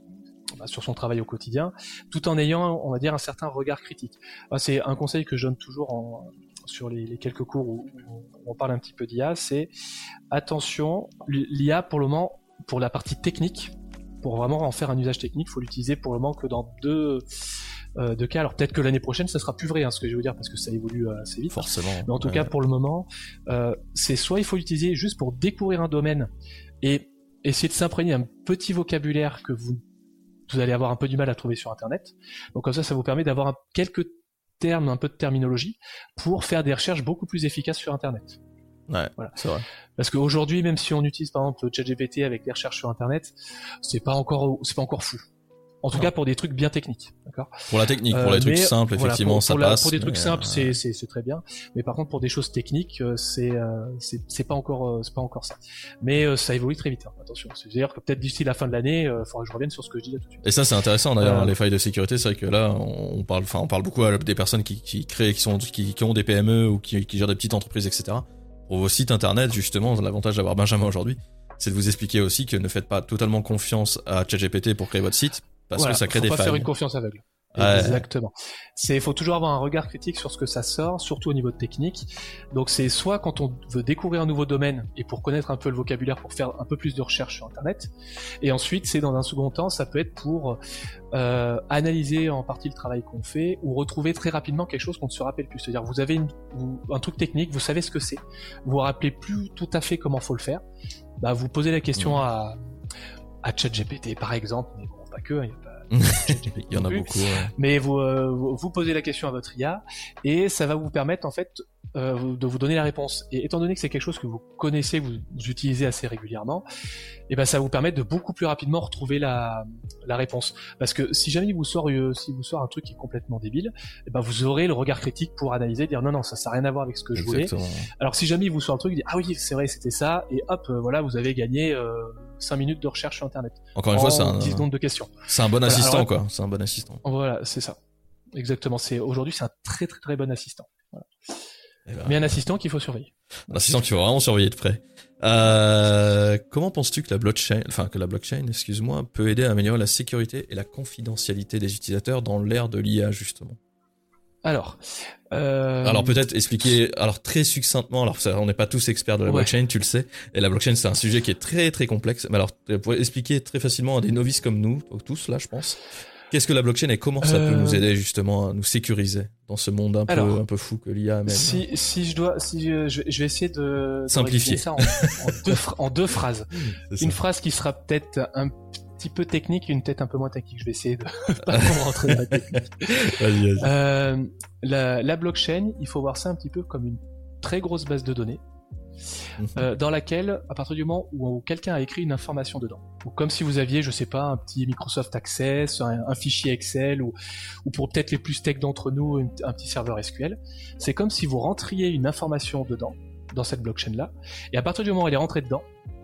son travail au quotidien, tout en ayant, on va dire, un certain regard critique. C'est un conseil que je donne toujours sur les quelques cours où on parle un petit peu d'IA, c'est attention, l'IA pour le moment, pour la partie technique, pour vraiment en faire un usage technique, faut l'utiliser pour le moment que dans deux cas. Alors peut-être que l'année prochaine ça sera plus vrai, ce que je vais vous dire, parce que ça évolue assez vite. Forcément. Mais en tout cas pour le moment, c'est soit il faut l'utiliser juste pour découvrir un domaine et essayer de s'imprégner d'un petit vocabulaire que vous allez avoir un peu du mal à trouver sur Internet. Donc comme ça vous permet d'avoir quelques termes, un peu de terminologie pour faire des recherches beaucoup plus efficaces sur Internet. Ouais, voilà. C'est vrai. Parce qu'aujourd'hui, même si on utilise par exemple ChatGPT avec les recherches sur Internet, c'est pas encore fou. En tout cas pour des trucs bien techniques, d'accord. Pour la technique, pour les trucs simples, effectivement, ça passe. Pour des trucs simples, c'est très bien. Mais par contre, pour des choses techniques, c'est pas encore ça. Mais ça évolue très vite. Attention. C'est-à-dire que peut-être d'ici la fin de l'année, il faudra que je revienne sur ce que je dis là tout de suite. Et ça, c'est intéressant d'ailleurs. Les failles de sécurité, c'est vrai que là, on parle beaucoup à des personnes qui créent, qui ont des PME ou qui gèrent des petites entreprises, etc. Pour vos sites internet, justement, l'avantage d'avoir Benjamin aujourd'hui, c'est de vous expliquer aussi que ne faites pas totalement confiance à ChatGPT pour créer votre site. Parce que ça crée des failles. Faut pas faire une confiance aveugle. Ouais. Exactement. Faut toujours avoir un regard critique sur ce que ça sort, surtout au niveau de technique. Donc c'est soit quand on veut découvrir un nouveau domaine et pour connaître un peu le vocabulaire, pour faire un peu plus de recherche sur Internet. Et ensuite, c'est dans un second temps, ça peut être pour analyser en partie le travail qu'on fait ou retrouver très rapidement quelque chose qu'on ne se rappelle plus. C'est-à-dire vous avez un truc technique, vous savez ce que c'est, vous vous rappelez plus tout à fait comment faut le faire. Bah vous posez la question à ChatGPT par exemple, mais bon, pas que, il y en a beaucoup. Ouais. Mais vous posez la question à votre IA et ça va vous permettre en fait de vous donner la réponse. Et étant donné que c'est quelque chose que vous connaissez, vous utilisez assez régulièrement, et ben ça va vous permettre de beaucoup plus rapidement retrouver la réponse. Parce que si jamais il vous sort un truc qui est complètement débile, et ben vous aurez le regard critique pour analyser, dire non ça n'a rien à voir avec ce que je voulais. Alors si jamais il vous sort un truc, il dit ah oui c'est vrai c'était ça, et hop voilà vous avez gagné 5 minutes de recherche sur Internet. Encore une fois, c'est 10 secondes de questions. C'est un bon assistant, quoi. C'est un bon assistant. Voilà, c'est ça. Exactement. Aujourd'hui, c'est un très très très bon assistant. Voilà. Ben, mais un assistant qu'il faut surveiller. Un assistant qu'il faut vraiment surveiller de près. Comment penses-tu que la blockchain, excuse-moi, peut aider à améliorer la sécurité et la confidentialité des utilisateurs dans l'ère de l'IA, justement? Alors peut-être expliquer, très succinctement, on n'est pas tous experts de la blockchain, tu le sais, et la blockchain c'est un sujet qui est très très complexe, mais alors, pour expliquer très facilement à des novices comme nous, tous là je pense, qu'est-ce que la blockchain et comment ça peut nous aider justement à nous sécuriser dans ce monde un peu fou que l'IA amène? Je vais essayer de simplifier ça en deux phrases. Une phrase qui sera peut-être un petit peu technique et une peut-être un peu moins technique. Je vais essayer de pas trop rentrer dans la technique. Vas-y. La blockchain, il faut voir ça un petit peu comme une très grosse base de données dans laquelle, à partir du moment où quelqu'un a écrit une information dedans, ou comme si vous aviez, je sais pas, un petit Microsoft Access, un fichier Excel, ou pour peut-être les plus tech d'entre nous, un petit serveur SQL, c'est comme si vous rentriez une information dedans, dans cette blockchain-là, et à partir du moment où elle est rentrée dedans,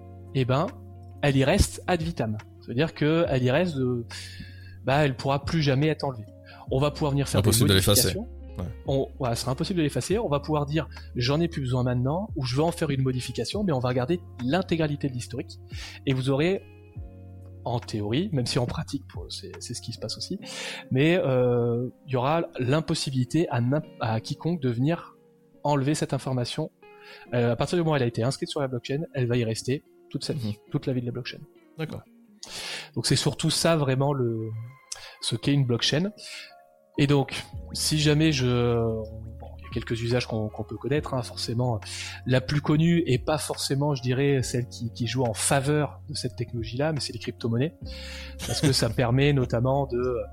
elle y reste ad vitam. C'est-à-dire qu'elle y reste elle pourra plus jamais être enlevée. On va pouvoir venir faire des modifications. Ouais. Ce sera impossible de l'effacer. On va pouvoir dire j'en ai plus besoin maintenant ou je veux en faire une modification, mais on va regarder l'intégralité de l'historique et vous aurez, en théorie, même si en pratique c'est ce qui se passe aussi, mais il y aura l'impossibilité à quiconque de venir enlever cette information. À partir du moment où elle a été inscrite sur la blockchain, elle va y rester toute sa vie, toute la vie de la blockchain. D'accord. Donc c'est surtout ça vraiment ce qu'est une blockchain. Et donc, si jamais il y a quelques usages qu'on peut connaître, forcément, la plus connue et pas forcément, je dirais, celle qui joue en faveur de cette technologie-là, mais c'est les crypto-monnaies, parce que ça permet notamment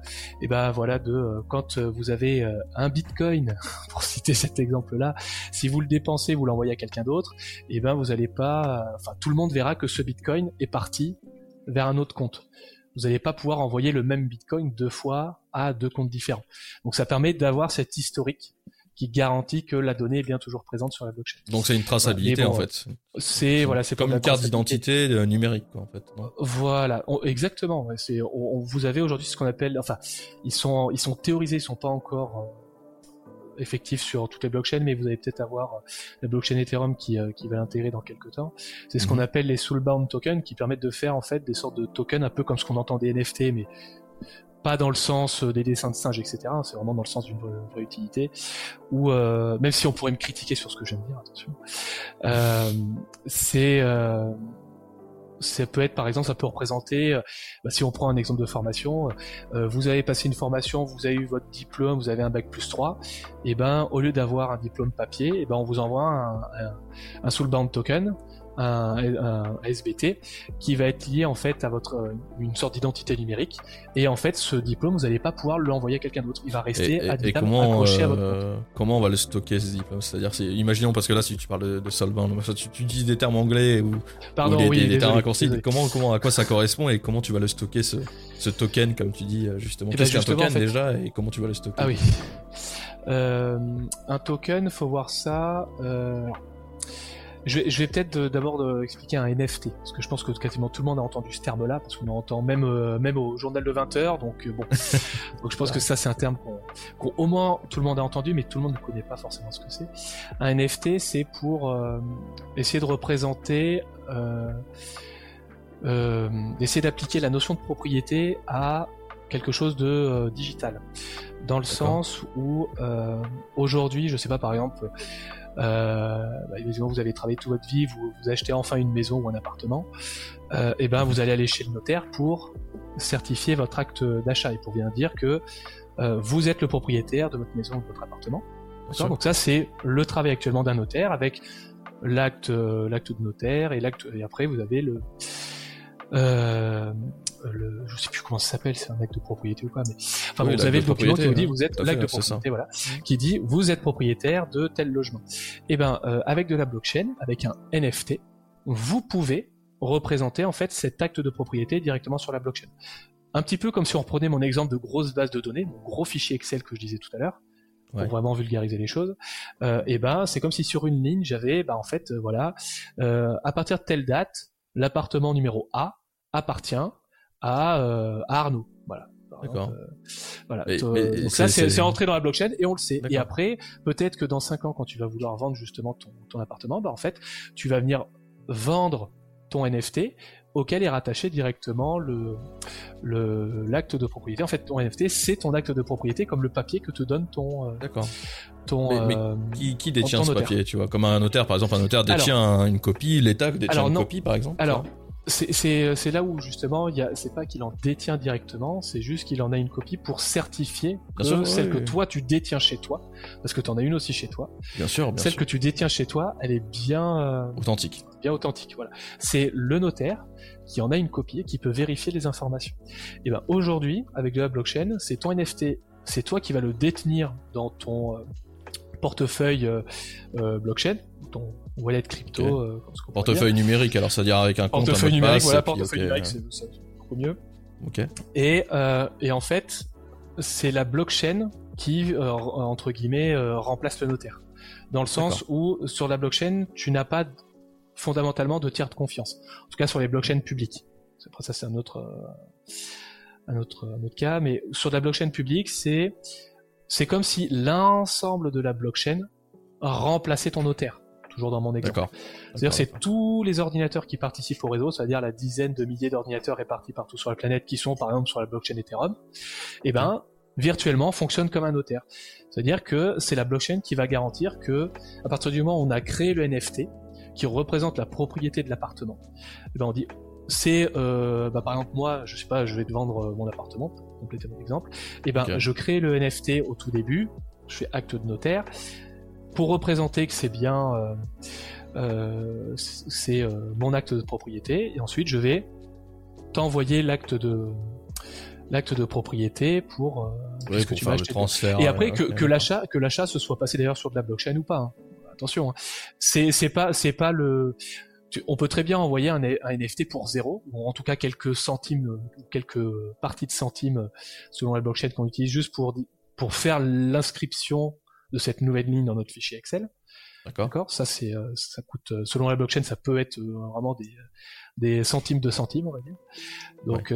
quand vous avez un bitcoin, pour citer cet exemple-là, si vous le dépensez, vous l'envoyez à quelqu'un d'autre, vous allez pas, tout le monde verra que ce bitcoin est parti vers un autre compte. Vous n'allez pas pouvoir envoyer le même bitcoin 2 fois à 2 comptes différents. Donc ça permet d'avoir cet historique qui garantit que la donnée est bien toujours présente sur la blockchain. Donc c'est une traçabilité en fait. C'est comme une carte d'identité numérique quoi, en fait. Non voilà, exactement. Vous avez aujourd'hui ce qu'on appelle, ils sont théorisés, ils sont pas encore effectif sur toutes les blockchains, mais vous allez peut-être avoir la blockchain Ethereum qui va l'intégrer dans quelques temps. C'est ce qu'on appelle les soulbound tokens, qui permettent de faire en fait des sortes de tokens un peu comme ce qu'on entend des NFT, mais pas dans le sens des dessins de singes, etc. C'est vraiment dans le sens d'une vraie utilité. Ou même si on pourrait me critiquer sur ce que je viens de dire, attention. Ça peut être, par exemple, ça peut représenter, si on prend un exemple de formation, vous avez passé une formation, vous avez eu votre diplôme, vous avez un bac+3, au lieu d'avoir un diplôme papier, on vous envoie un soulbound token, un SBT, qui va être lié en fait à une sorte d'identité numérique, et en fait ce diplôme vous n'allez pas pouvoir l'envoyer à quelqu'un d'autre, il va rester accroché à votre compte. Comment on va le stocker ce diplôme? C'est-à-dire, imaginons, parce que là si tu parles de soulbound, tu utilises des termes anglais ou des termes raccourcis, à quoi ça correspond et comment tu vas le stocker ce token, comme tu dis justement? Qu'est-ce qu'un token déjà et comment tu vas le stocker? Ah oui. Un token, faut voir ça. Je vais peut-être d'abord expliquer un NFT, parce que je pense que quasiment tout le monde a entendu ce terme-là, parce qu'on en entend même au journal de 20h, donc bon. Donc je pense que ça c'est un terme qu'au moins tout le monde a entendu, mais tout le monde ne connaît pas forcément ce que c'est. Un NFT, c'est pour essayer de représenter, d'essayer d'appliquer la notion de propriété à quelque chose de digital, dans le sens où aujourd'hui, je sais pas, par exemple, vous avez travaillé toute votre vie, vous achetez enfin une maison ou un appartement, vous allez aller chez le notaire pour certifier votre acte d'achat et pour bien dire que vous êtes le propriétaire de votre maison ou de votre appartement. Donc ça c'est le travail actuellement d'un notaire avec l'acte de notaire et après vous avez je sais plus comment ça s'appelle, c'est un acte de propriété ou quoi, mais vous avez le document qui vous dit vous êtes l'acte de propriété, voilà, qui dit vous êtes propriétaire de tel logement. Avec de la blockchain, avec un NFT, vous pouvez représenter en fait cet acte de propriété directement sur la blockchain. Un petit peu comme si on reprenait mon exemple de grosse base de données, mon gros fichier Excel que je disais tout à l'heure, pour vraiment vulgariser les choses. C'est comme si sur une ligne j'avais à partir de telle date l'appartement numéro A appartient à Arnaud. Voilà. D'accord. Voilà. Mais donc ça, c'est rentré dans la blockchain et on le sait. D'accord. Et après, peut-être que dans 5 ans, quand tu vas vouloir vendre justement ton appartement, en fait, tu vas venir vendre ton NFT auquel est rattaché directement l'acte de propriété. En fait, ton NFT, c'est ton acte de propriété, comme le papier que te donne ton. D'accord. Mais qui détient ce papier, tu vois, comme un notaire, par exemple, un notaire détient une copie, l'État détient une copie, par exemple. Alors, c'est là où justement c'est pas qu'il en détient directement, c'est juste qu'il en a une copie pour certifier que celle que toi tu détiens chez toi, parce que tu en as une aussi chez toi. Bien sûr. Celle que tu détiens chez toi, elle est bien authentique. Bien authentique, voilà. C'est le notaire qui en a une copie et qui peut vérifier les informations. Et ben aujourd'hui, avec de la blockchain, c'est ton NFT, c'est toi qui vas le détenir dans ton portefeuille blockchain, ton wallet crypto, okay. Portefeuille numérique, alors c'est-à-dire avec un compte, portefeuille numérique, passe, voilà, portefeuille numérique, c'est beaucoup mieux. Ok. Et en fait, c'est la blockchain qui entre guillemets remplace le notaire, dans le sens où sur la blockchain, tu n'as pas fondamentalement de tiers de confiance. En tout cas, sur les blockchains publiques. Après ça, c'est un autre cas, mais sur la blockchain publique, c'est comme si l'ensemble de la blockchain remplaçait ton notaire. Toujours dans mon exemple. C'est-à-dire c'est tous les ordinateurs qui participent au réseau, c'est-à-dire la dizaine de milliers d'ordinateurs répartis partout sur la planète qui sont par exemple sur la blockchain Ethereum, et ben virtuellement fonctionnent comme un notaire. C'est-à-dire que c'est la blockchain qui va garantir que à partir du moment où on a créé le NFT qui représente la propriété de l'appartement, et ben on dit c'est par exemple moi je sais pas, je vais te vendre mon appartement pour compléter mon exemple, et ben je crée le NFT au tout début, je fais acte de notaire pour représenter que c'est bien mon acte de propriété, et ensuite je vais t'envoyer l'acte de propriété pour que tu vas acheter. Et après que l'achat se soit passé d'ailleurs sur de la blockchain ou pas. Hein. Attention, hein. C'est pas le. On peut très bien envoyer un NFT pour 0, ou en tout cas quelques centimes, quelques parties de centimes selon la blockchain qu'on utilise juste pour faire l'inscription de cette nouvelle ligne dans notre fichier Excel. D'accord. Ça coûte selon la blockchain, ça peut être vraiment des centimes de centimes, on va dire. Donc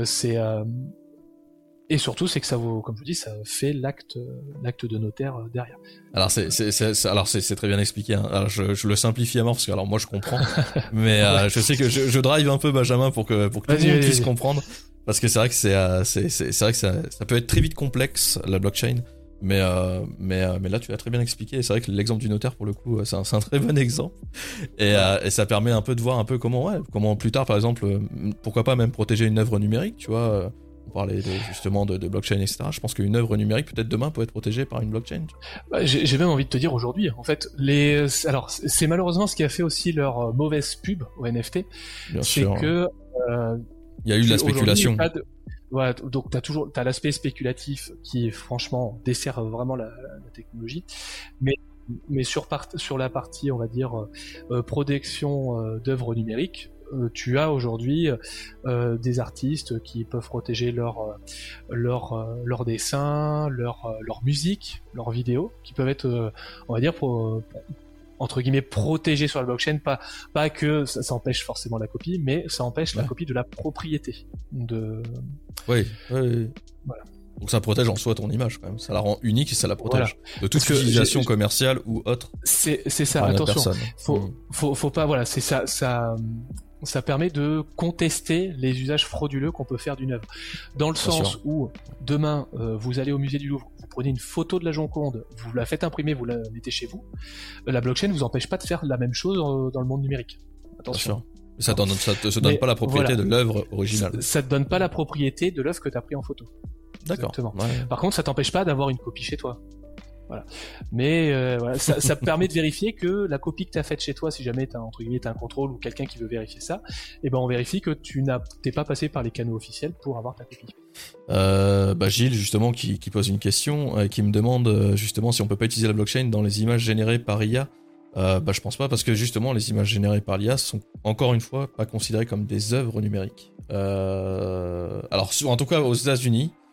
et surtout c'est que ça vaut, comme je vous dis, ça fait l'acte de notaire derrière. Alors c'est très bien expliqué. Hein. Alors je le simplifie à mort parce que alors moi je comprends, mais je sais que je drive un peu Benjamin pour que tout le monde puisse comprendre, parce que c'est vrai que c'est vrai que ça peut être très vite complexe la blockchain. Mais là tu l'as très bien expliqué, et c'est vrai que l'exemple du notaire pour le coup c'est un très bon exemple, et ça permet un peu de voir un peu comment plus tard par exemple pourquoi pas même protéger une œuvre numérique, tu vois, on parlait justement de blockchain etc. Je pense qu'une œuvre numérique peut-être demain peut être protégée par une blockchain. J'ai même envie de te dire aujourd'hui en fait alors c'est malheureusement ce qui a fait aussi leur mauvaise pub au NFT. Bien sûr. Que il y a eu de la spéculation. Ouais, donc t'as l'aspect spéculatif qui franchement dessert vraiment la technologie, mais sur la partie on va dire protection d'œuvres numériques, tu as aujourd'hui des artistes qui peuvent protéger leur dessin, leur musique, leurs vidéos, qui peuvent être on va dire entre guillemets protégés sur la blockchain, pas que ça empêche forcément la copie, mais ça empêche la copie de la propriété de. Oui. Voilà. Donc ça protège en soi ton image quand même, ça la rend unique et ça la protège de toute utilisation commerciale ou autre. C'est ça. Attention, faut pas, voilà, c'est ça. Ça permet de contester les usages frauduleux qu'on peut faire d'une œuvre. Dans le sens où, demain, vous allez au musée du Louvre, vous prenez une photo de la Joconde, vous la faites imprimer, vous la mettez chez vous, la blockchain ne vous empêche pas de faire la même chose dans le monde numérique. Attention. Ça te donne pas la propriété de l'œuvre originale. Ça te donne pas la propriété de l'œuvre que tu as pris en photo. D'accord. Ouais. Par contre, ça t'empêche pas d'avoir une copie chez toi. Voilà. Mais ça permet de vérifier que la copie que tu as faite chez toi, si jamais t'as un contrôle ou quelqu'un qui veut vérifier ça, et ben on vérifie que t'es pas passé par les canaux officiels pour avoir ta copie. Gilles justement qui pose une question, qui me demande justement si on peut pas utiliser la blockchain dans les images générées par IA. Je pense pas, parce que justement les images générées par l'IA sont encore une fois pas considérées comme des œuvres numériques. Alors en tout cas aux États-Unis,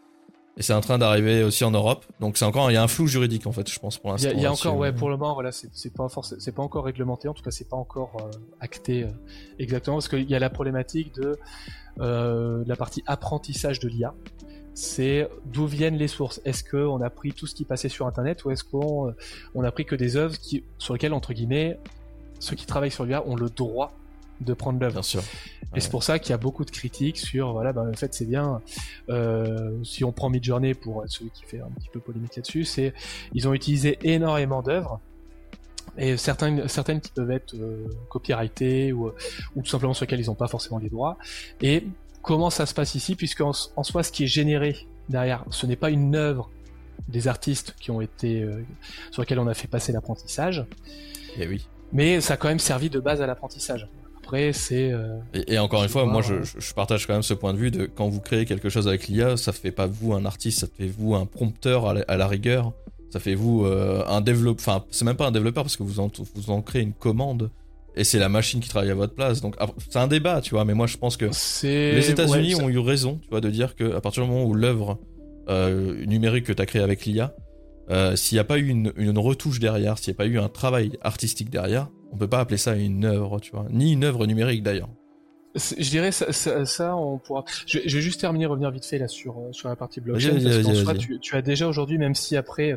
Et c'est en train d'arriver aussi en Europe. Donc il y a un flou juridique en fait, je pense pour l'instant. Il y a encore, pour le moment, voilà, c'est pas encore réglementé. En tout cas, c'est pas encore acté exactement, parce qu'il y a la problématique de la partie apprentissage de l'IA. C'est d'où viennent les sources. Est-ce qu'on a pris tout ce qui passait sur Internet, ou est-ce qu'on a pris que des œuvres sur lesquelles, entre guillemets, ceux qui travaillent sur l'IA ont le droit de prendre l'œuvre. Bien sûr. Et c'est pour ça qu'il y a beaucoup de critiques sur, voilà, en fait, c'est bien, si on prend Midjourney pour celui qui fait un petit peu polémique là-dessus, ils ont utilisé énormément d'œuvres, et certaines qui peuvent être copyrightées ou tout simplement sur lesquelles ils n'ont pas forcément les droits. Et comment ça se passe ici, puisque en soi, ce qui est généré derrière, ce n'est pas une œuvre des artistes qui ont été sur lesquels on a fait passer l'apprentissage. Et oui. Mais ça a quand même servi de base à l'apprentissage. Après, c'est... Et encore une fois, moi, je partage quand même ce point de vue de quand vous créez quelque chose avec l'IA, ça fait pas vous un artiste, ça fait vous un prompteur à la rigueur. Ça fait vous un développeur... Enfin, c'est même pas un développeur parce que vous en créez une commande. Et c'est la machine qui travaille à votre place. Donc, c'est un débat, tu vois. Mais moi, je pense que les États-Unis ont eu raison, tu vois, de dire qu'à partir du moment où l'œuvre numérique que tu as créée avec l'IA, s'il n'y a pas eu une retouche derrière, s'il n'y a pas eu un travail artistique derrière, on peut pas appeler ça une œuvre, tu vois. Ni une œuvre numérique, d'ailleurs. Je dirais ça on pourra... Je vais juste revenir vite fait là sur la partie blockchain. Tu as déjà aujourd'hui, même si après...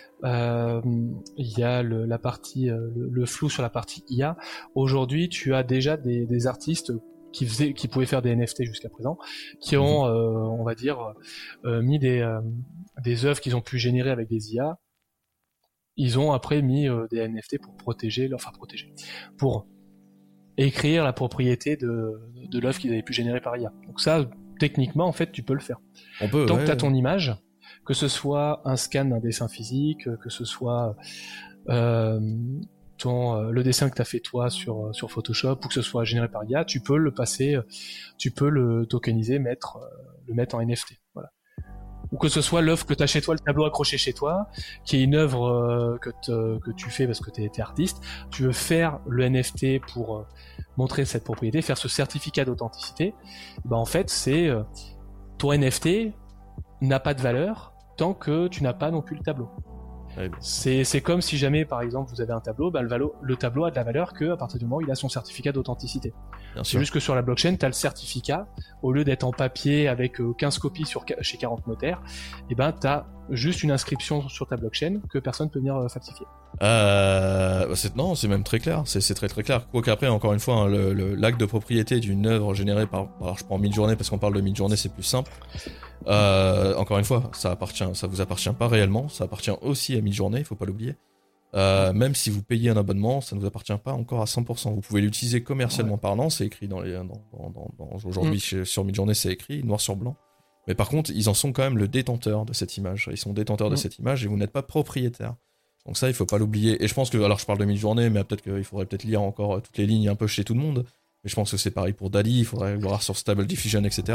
il y a la partie le flou sur la partie IA. Aujourd'hui, tu as déjà des artistes qui pouvaient faire des NFT jusqu'à présent, qui ont, on va dire, mis des œuvres qu'ils ont pu générer avec des IA. Ils ont après mis des NFT pour pour écrire la propriété de l'œuvre qu'ils avaient pu générer par IA. Donc ça, techniquement, en fait, tu peux le faire. Tant que tu as ton image, que ce soit un scan d'un dessin physique, que ce soit le dessin que tu as fait toi sur Photoshop, ou que ce soit généré par IA, tu peux le passer, tu peux le tokeniser, le mettre en NFT. Voilà. Ou que ce soit l'œuvre que tu as chez toi, le tableau accroché chez toi, qui est une œuvre que tu fais parce que tu es artiste, tu veux faire le NFT pour montrer cette propriété, faire ce certificat d'authenticité, en fait, c'est ton NFT n'a pas de valeur tant que tu n'as pas non plus le tableau. Ouais. C'est comme si jamais, par exemple, vous avez un tableau, le tableau a de la valeur qu'à partir du moment où il a son certificat d'authenticité. C'est juste que sur la blockchain, tu as le certificat, au lieu d'être en papier avec 15 copies chez 40 notaires, tu as juste une inscription sur ta blockchain que personne peut venir falsifier. Non, c'est même très clair, c'est très très clair. Quoique après, encore une fois, l'acte de propriété d'une œuvre générée par... Alors je prends Midjourney parce qu'on parle de Midjourney, c'est plus simple. Encore une fois, ça vous appartient pas réellement, ça appartient aussi à Midjourney, il faut pas l'oublier. Même si vous payez un abonnement, ça ne vous appartient pas encore à 100%. Vous pouvez l'utiliser commercialement parlant, c'est écrit aujourd'hui sur Midjourney, c'est écrit noir sur blanc. Mais par contre, ils en sont quand même le détenteur de cette image. Ils sont détenteurs de cette image et vous n'êtes pas propriétaire. Donc ça, il faut pas l'oublier. Et je pense que, alors je parle de Midjourney, mais peut-être qu'il faudrait lire encore toutes les lignes un peu chez tout le monde. Mais je pense que c'est pareil pour DALL-E, il faudrait voir sur Stable Diffusion, etc.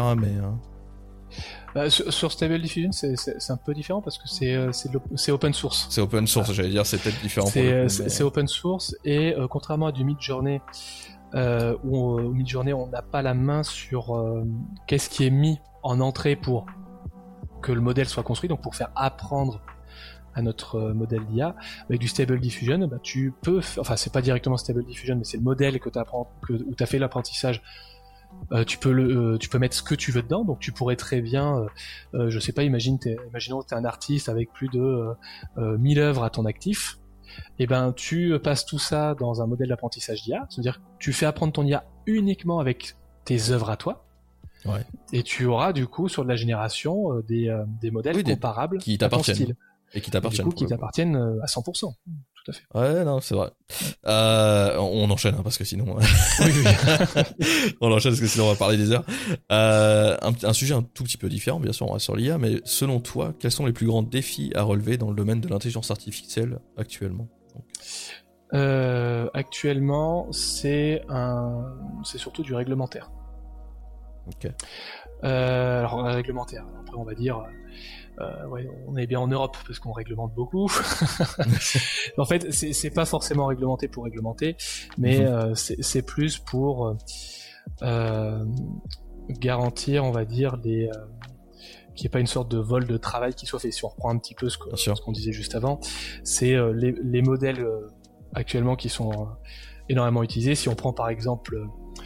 Mais sur Stable Diffusion, c'est un peu différent parce que c'est open source. C'est open source, j'allais dire, c'est peut-être différent. C'est open source et contrairement à du Midjourney, où au Midjourney on n'a pas la main sur qu'est-ce qui est mis en entrée pour que le modèle soit construit, donc pour faire apprendre à notre modèle d'IA. Avec du Stable Diffusion, tu peux, enfin c'est pas directement Stable Diffusion, mais c'est le modèle où tu as fait l'apprentissage. Tu peux mettre ce que tu veux dedans, donc tu pourrais très bien, je sais pas, imaginons que t'es un artiste avec plus de 1000 œuvres à ton actif, et tu passes tout ça dans un modèle d'apprentissage d'IA, c'est-à-dire que tu fais apprendre ton IA uniquement avec tes œuvres à toi, et tu auras du coup sur de la génération des modèles comparables qui t'appartiennent. Et qui t'appartiennent. Du coup, qui t'appartiennent à 100%. Tout à fait. Ouais, non, c'est vrai. On enchaîne, parce que sinon... on enchaîne, parce que sinon on va parler des heures. Un sujet un tout petit peu différent, bien sûr, on reste sur l'IA, mais selon toi, quels sont les plus grands défis à relever dans le domaine de l'intelligence artificielle actuellement ? Actuellement, c'est surtout du réglementaire. Ok. Alors, réglementaire. Après, on va dire... on est bien en Europe parce qu'on réglemente beaucoup. En fait, c'est pas forcément réglementé pour réglementer, mais c'est plus pour garantir, on va dire, qu'il n'y ait pas une sorte de vol de travail qui soit fait. Si on reprend un petit peu ce qu'on disait juste avant, c'est les modèles actuellement qui sont énormément utilisés. Si on prend par exemple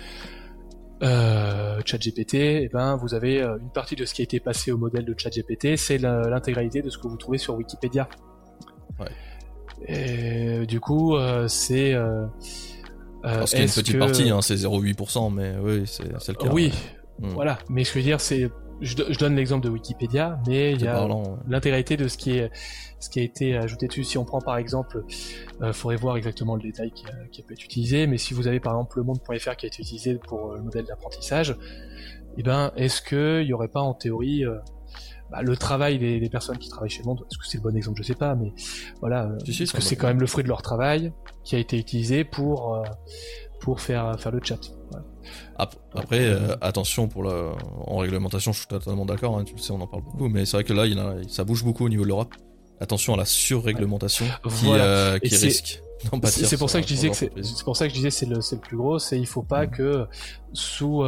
ChatGPT, eh ben vous avez une partie de ce qui a été passé au modèle de ChatGPT, c'est l'intégralité de ce que vous trouvez sur Wikipédia. Ouais. Et du coup, c'est parce qu'il y a une petite partie, hein, c'est 0,8%, mais oui, c'est le cas. Oui, voilà. Mais ce que je veux dire, c'est, je donne l'exemple de Wikipédia, mais il y a l'intégralité de ce qui a été ajouté dessus. Si on prend par exemple, faudrait voir exactement le détail qui peut être utilisé, mais si vous avez par exemple le monde.fr qui a été utilisé pour le modèle d'apprentissage, eh ben, est-ce que il y aurait pas en théorie le travail des personnes qui travaillent chez le monde, est-ce que c'est le bon exemple, je sais pas, mais voilà, parce que c'est quand même le fruit de leur travail qui a été utilisé pour faire le chat. Ouais. Après, attention en réglementation, je suis totalement d'accord, hein, tu le sais, on en parle beaucoup, mais c'est vrai que là, ça bouge beaucoup au niveau de l'Europe. Attention à la surréglementation qui risque d'en pâtir. C'est pour ça que je disais que c'est le plus gros, c'est il faut pas que sous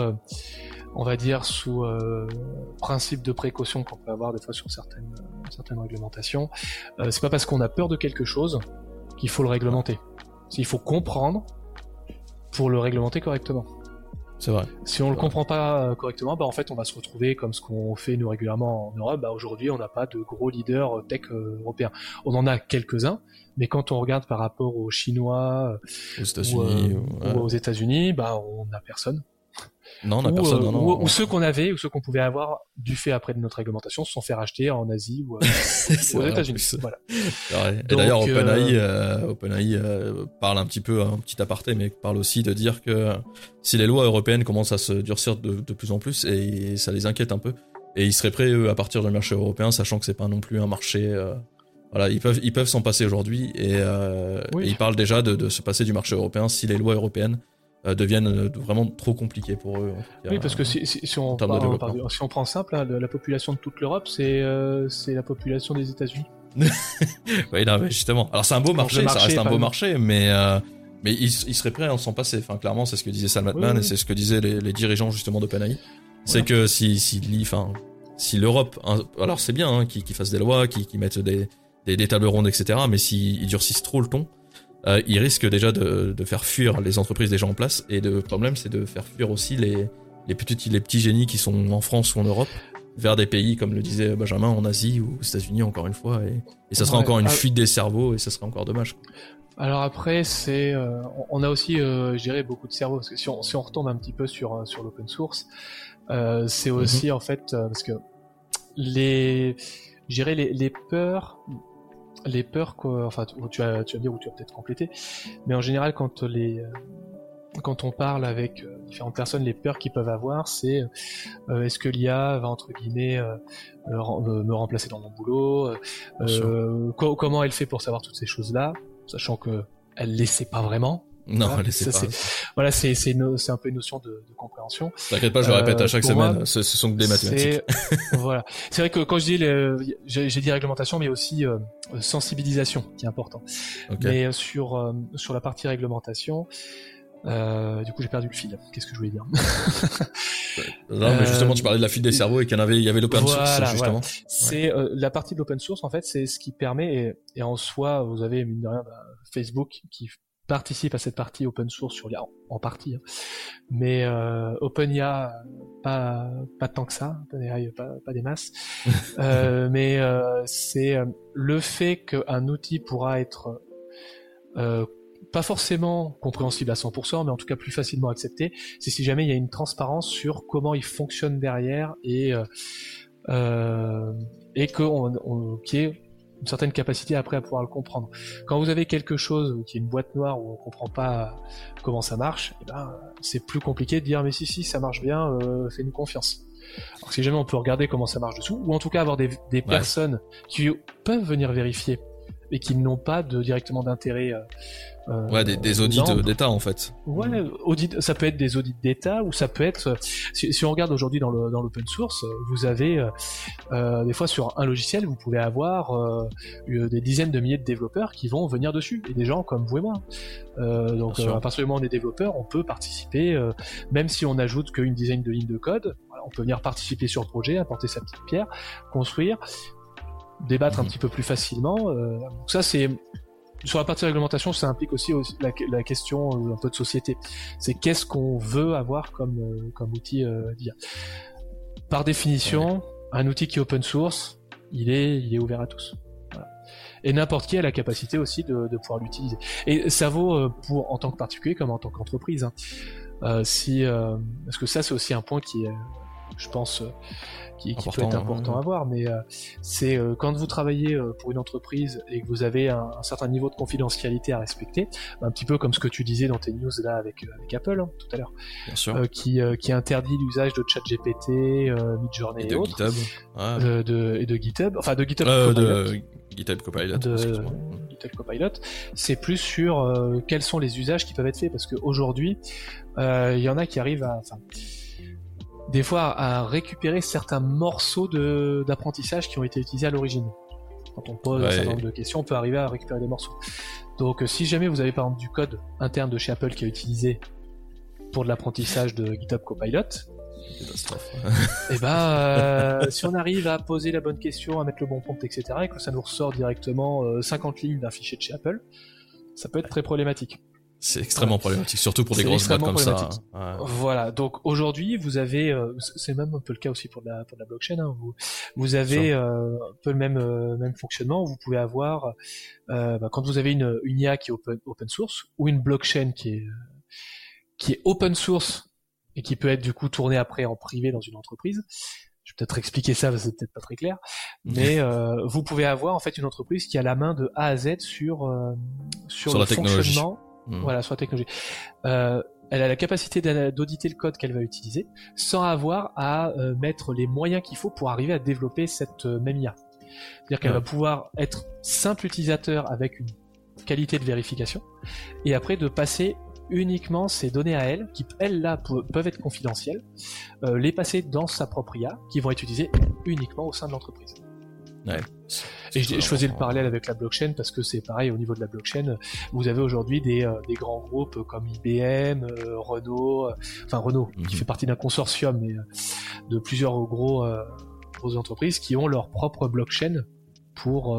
principe de précaution qu'on peut avoir des fois sur certaines réglementations, c'est pas parce qu'on a peur de quelque chose qu'il faut le réglementer. Il faut comprendre pour le réglementer correctement. C'est vrai. Si on le comprend pas correctement, en fait on va se retrouver comme ce qu'on fait nous régulièrement en Europe. Aujourd'hui on n'a pas de gros leaders tech européens. On en a quelques-uns, mais quand on regarde par rapport aux Chinois, aux États-Unis ou aux États-Unis, on n'a personne. Non, on n'a personne. Ou ceux qu'on avait, ou ceux qu'on pouvait avoir du fait après de notre réglementation se sont fait racheter en Asie ou aux États-Unis. Voilà. Et d'ailleurs, OpenAI parle un petit aparté, mais parle aussi de dire que si les lois européennes commencent à se durcir de plus en plus, et ça les inquiète un peu, et ils seraient prêts eux, à partir du marché européen, sachant que c'est pas non plus un marché. Voilà, ils peuvent s'en passer aujourd'hui, et ils parlent déjà de se passer du marché européen si les lois européennes deviennent vraiment trop compliqués pour eux. Oui, parce que si on prend simple, la population de toute l'Europe, c'est la population des États-Unis. Oui, non, mais justement. Alors c'est un beau marché, ça reste un beau marché, mais ils seraient prêts à s'en passer. Enfin, clairement, c'est ce que disait Sam Altman, et c'est ce que disaient les dirigeants justement d'OpenAI. C'est que si l'Europe, alors c'est bien qu'ils fassent des lois, qu'ils mettent des tables rondes, etc. Mais s'ils durcissent trop le ton, ils risquent déjà de faire fuir les entreprises déjà en place, et le problème c'est de faire fuir aussi les petits génies qui sont en France ou en Europe vers des pays comme le disait Benjamin, en Asie ou aux États-Unis encore une fois, et ça sera encore une fuite des cerveaux, et ça serait encore dommage. Alors après c'est on a aussi je dirais beaucoup de cerveaux, parce que si on retombe un petit peu sur l'open source, c'est aussi en fait parce que les peurs, enfin tu vas me dire, ou tu vas peut-être compléter, mais en général quand on parle avec différentes personnes, les peurs qu'ils peuvent avoir, c'est est-ce que l'IA va entre guillemets me remplacer dans mon boulot, comment elle fait pour savoir toutes ces choses-là, sachant que elle les sait pas vraiment. Non, elle les sait pas. Voilà, c'est un peu une notion de compréhension. T'inquiète pas, je le répète à chaque semaine, ce sont que des mathématiques. Voilà. C'est vrai que quand je dis j'ai dit réglementation, mais aussi sensibilisation, qui est important. Okay. Mais sur la partie réglementation, du coup j'ai perdu le fil. Qu'est-ce que je voulais dire? Non, mais justement tu parlais de la fuite des cerveaux, et il y avait l'open source justement. Voilà. C'est la partie de l'open source, en fait, c'est ce qui permet, et en soi vous avez mine de rien Facebook qui participe à cette partie open source sur l'IA, en partie, hein. Mais OpenIA pas tant que ça, pas des masses. Mais c'est le fait qu'un outil pourra être pas forcément compréhensible à 100%, mais en tout cas plus facilement accepté, c'est si jamais il y a une transparence sur comment il fonctionne derrière, et qu'il y ait une certaine capacité après à pouvoir le comprendre. Quand vous avez quelque chose qui est une boîte noire où on comprend pas comment ça marche, c'est plus compliqué de dire mais si ça marche bien, fais-nous confiance. Alors si jamais on peut regarder comment ça marche dessous, ou en tout cas avoir des personnes qui peuvent venir vérifier et qui n'ont pas directement d'intérêt. Des audits d'État en fait. Ouais, ça peut être des audits d'État, ou ça peut être, si on regarde aujourd'hui dans l'open source, vous avez des fois sur un logiciel, vous pouvez avoir des dizaines de milliers de développeurs qui vont venir dessus, et des gens comme vous et moi. Donc à partir du moment où on est développeur, on peut participer, même si on ajoute qu'une dizaine de lignes de code, voilà, on peut venir participer sur le projet, apporter sa petite pierre, construire, débattre un petit peu plus facilement. Donc ça, c'est sur la partie réglementation, ça implique aussi la question un peu de société. C'est qu'est-ce qu'on veut avoir comme outil d'IA. Par définition, un outil qui est open source, il est ouvert à tous. Voilà. Et n'importe qui a la capacité aussi de pouvoir l'utiliser. Et ça vaut en tant que particulier comme en tant qu'entreprise. Hein. Parce que ça, c'est aussi un point qui est, je pense, qui peut être important à voir, mais c'est quand vous travaillez pour une entreprise et que vous avez un certain niveau de confidentialité à respecter, un petit peu comme ce que tu disais dans tes news là avec Apple tout à l'heure, bien sûr, qui interdit l'usage de ChatGPT, Midjourney et autres, GitHub. Et de GitHub, enfin de GitHub Copilot. GitHub Copilot, c'est plus sur quels sont les usages qui peuvent être faits, parce qu'aujourd'hui, il y en a qui arrivent des fois à récupérer certains morceaux d'apprentissage qui ont été utilisés à l'origine. Quand on pose un certain nombre de questions, on peut arriver à récupérer des morceaux. Donc si jamais vous avez par exemple du code interne de chez Apple qui est utilisé pour de l'apprentissage de GitHub Copilot, et si on arrive à poser la bonne question, à mettre le bon prompt, etc., et que ça nous ressort directement 50 lignes d'un fichier de chez Apple, ça peut être très problématique. C'est extrêmement problématique, surtout pour des grosses boîtes comme ça. Voilà, donc aujourd'hui, vous avez, c'est même un peu le cas aussi pour la blockchain, hein, vous avez un peu le même fonctionnement. Vous pouvez avoir, quand vous avez une IA qui est open source, ou une blockchain qui est open source, et qui peut être du coup tournée après en privé dans une entreprise. Je vais peut-être expliquer ça, parce que c'est peut-être pas très clair, mais vous pouvez avoir en fait une entreprise qui a la main de A à Z sur le fonctionnement. Voilà, sur la technologie. Elle a la capacité d'auditer le code qu'elle va utiliser sans avoir à mettre les moyens qu'il faut pour arriver à développer cette même IA. C'est-à-dire qu'elle va pouvoir être simple utilisateur avec une qualité de vérification, et après de passer uniquement ces données à elle, qui elles là peuvent être confidentielles, les passer dans sa propre IA, qui vont être utilisées uniquement au sein de l'entreprise. Ouais. Et je faisais le parallèle avec la blockchain parce que c'est pareil au niveau de la blockchain. Vous avez aujourd'hui des grands groupes comme IBM, Renault, qui fait partie d'un consortium, mais de plusieurs grosses entreprises qui ont leur propre blockchain pour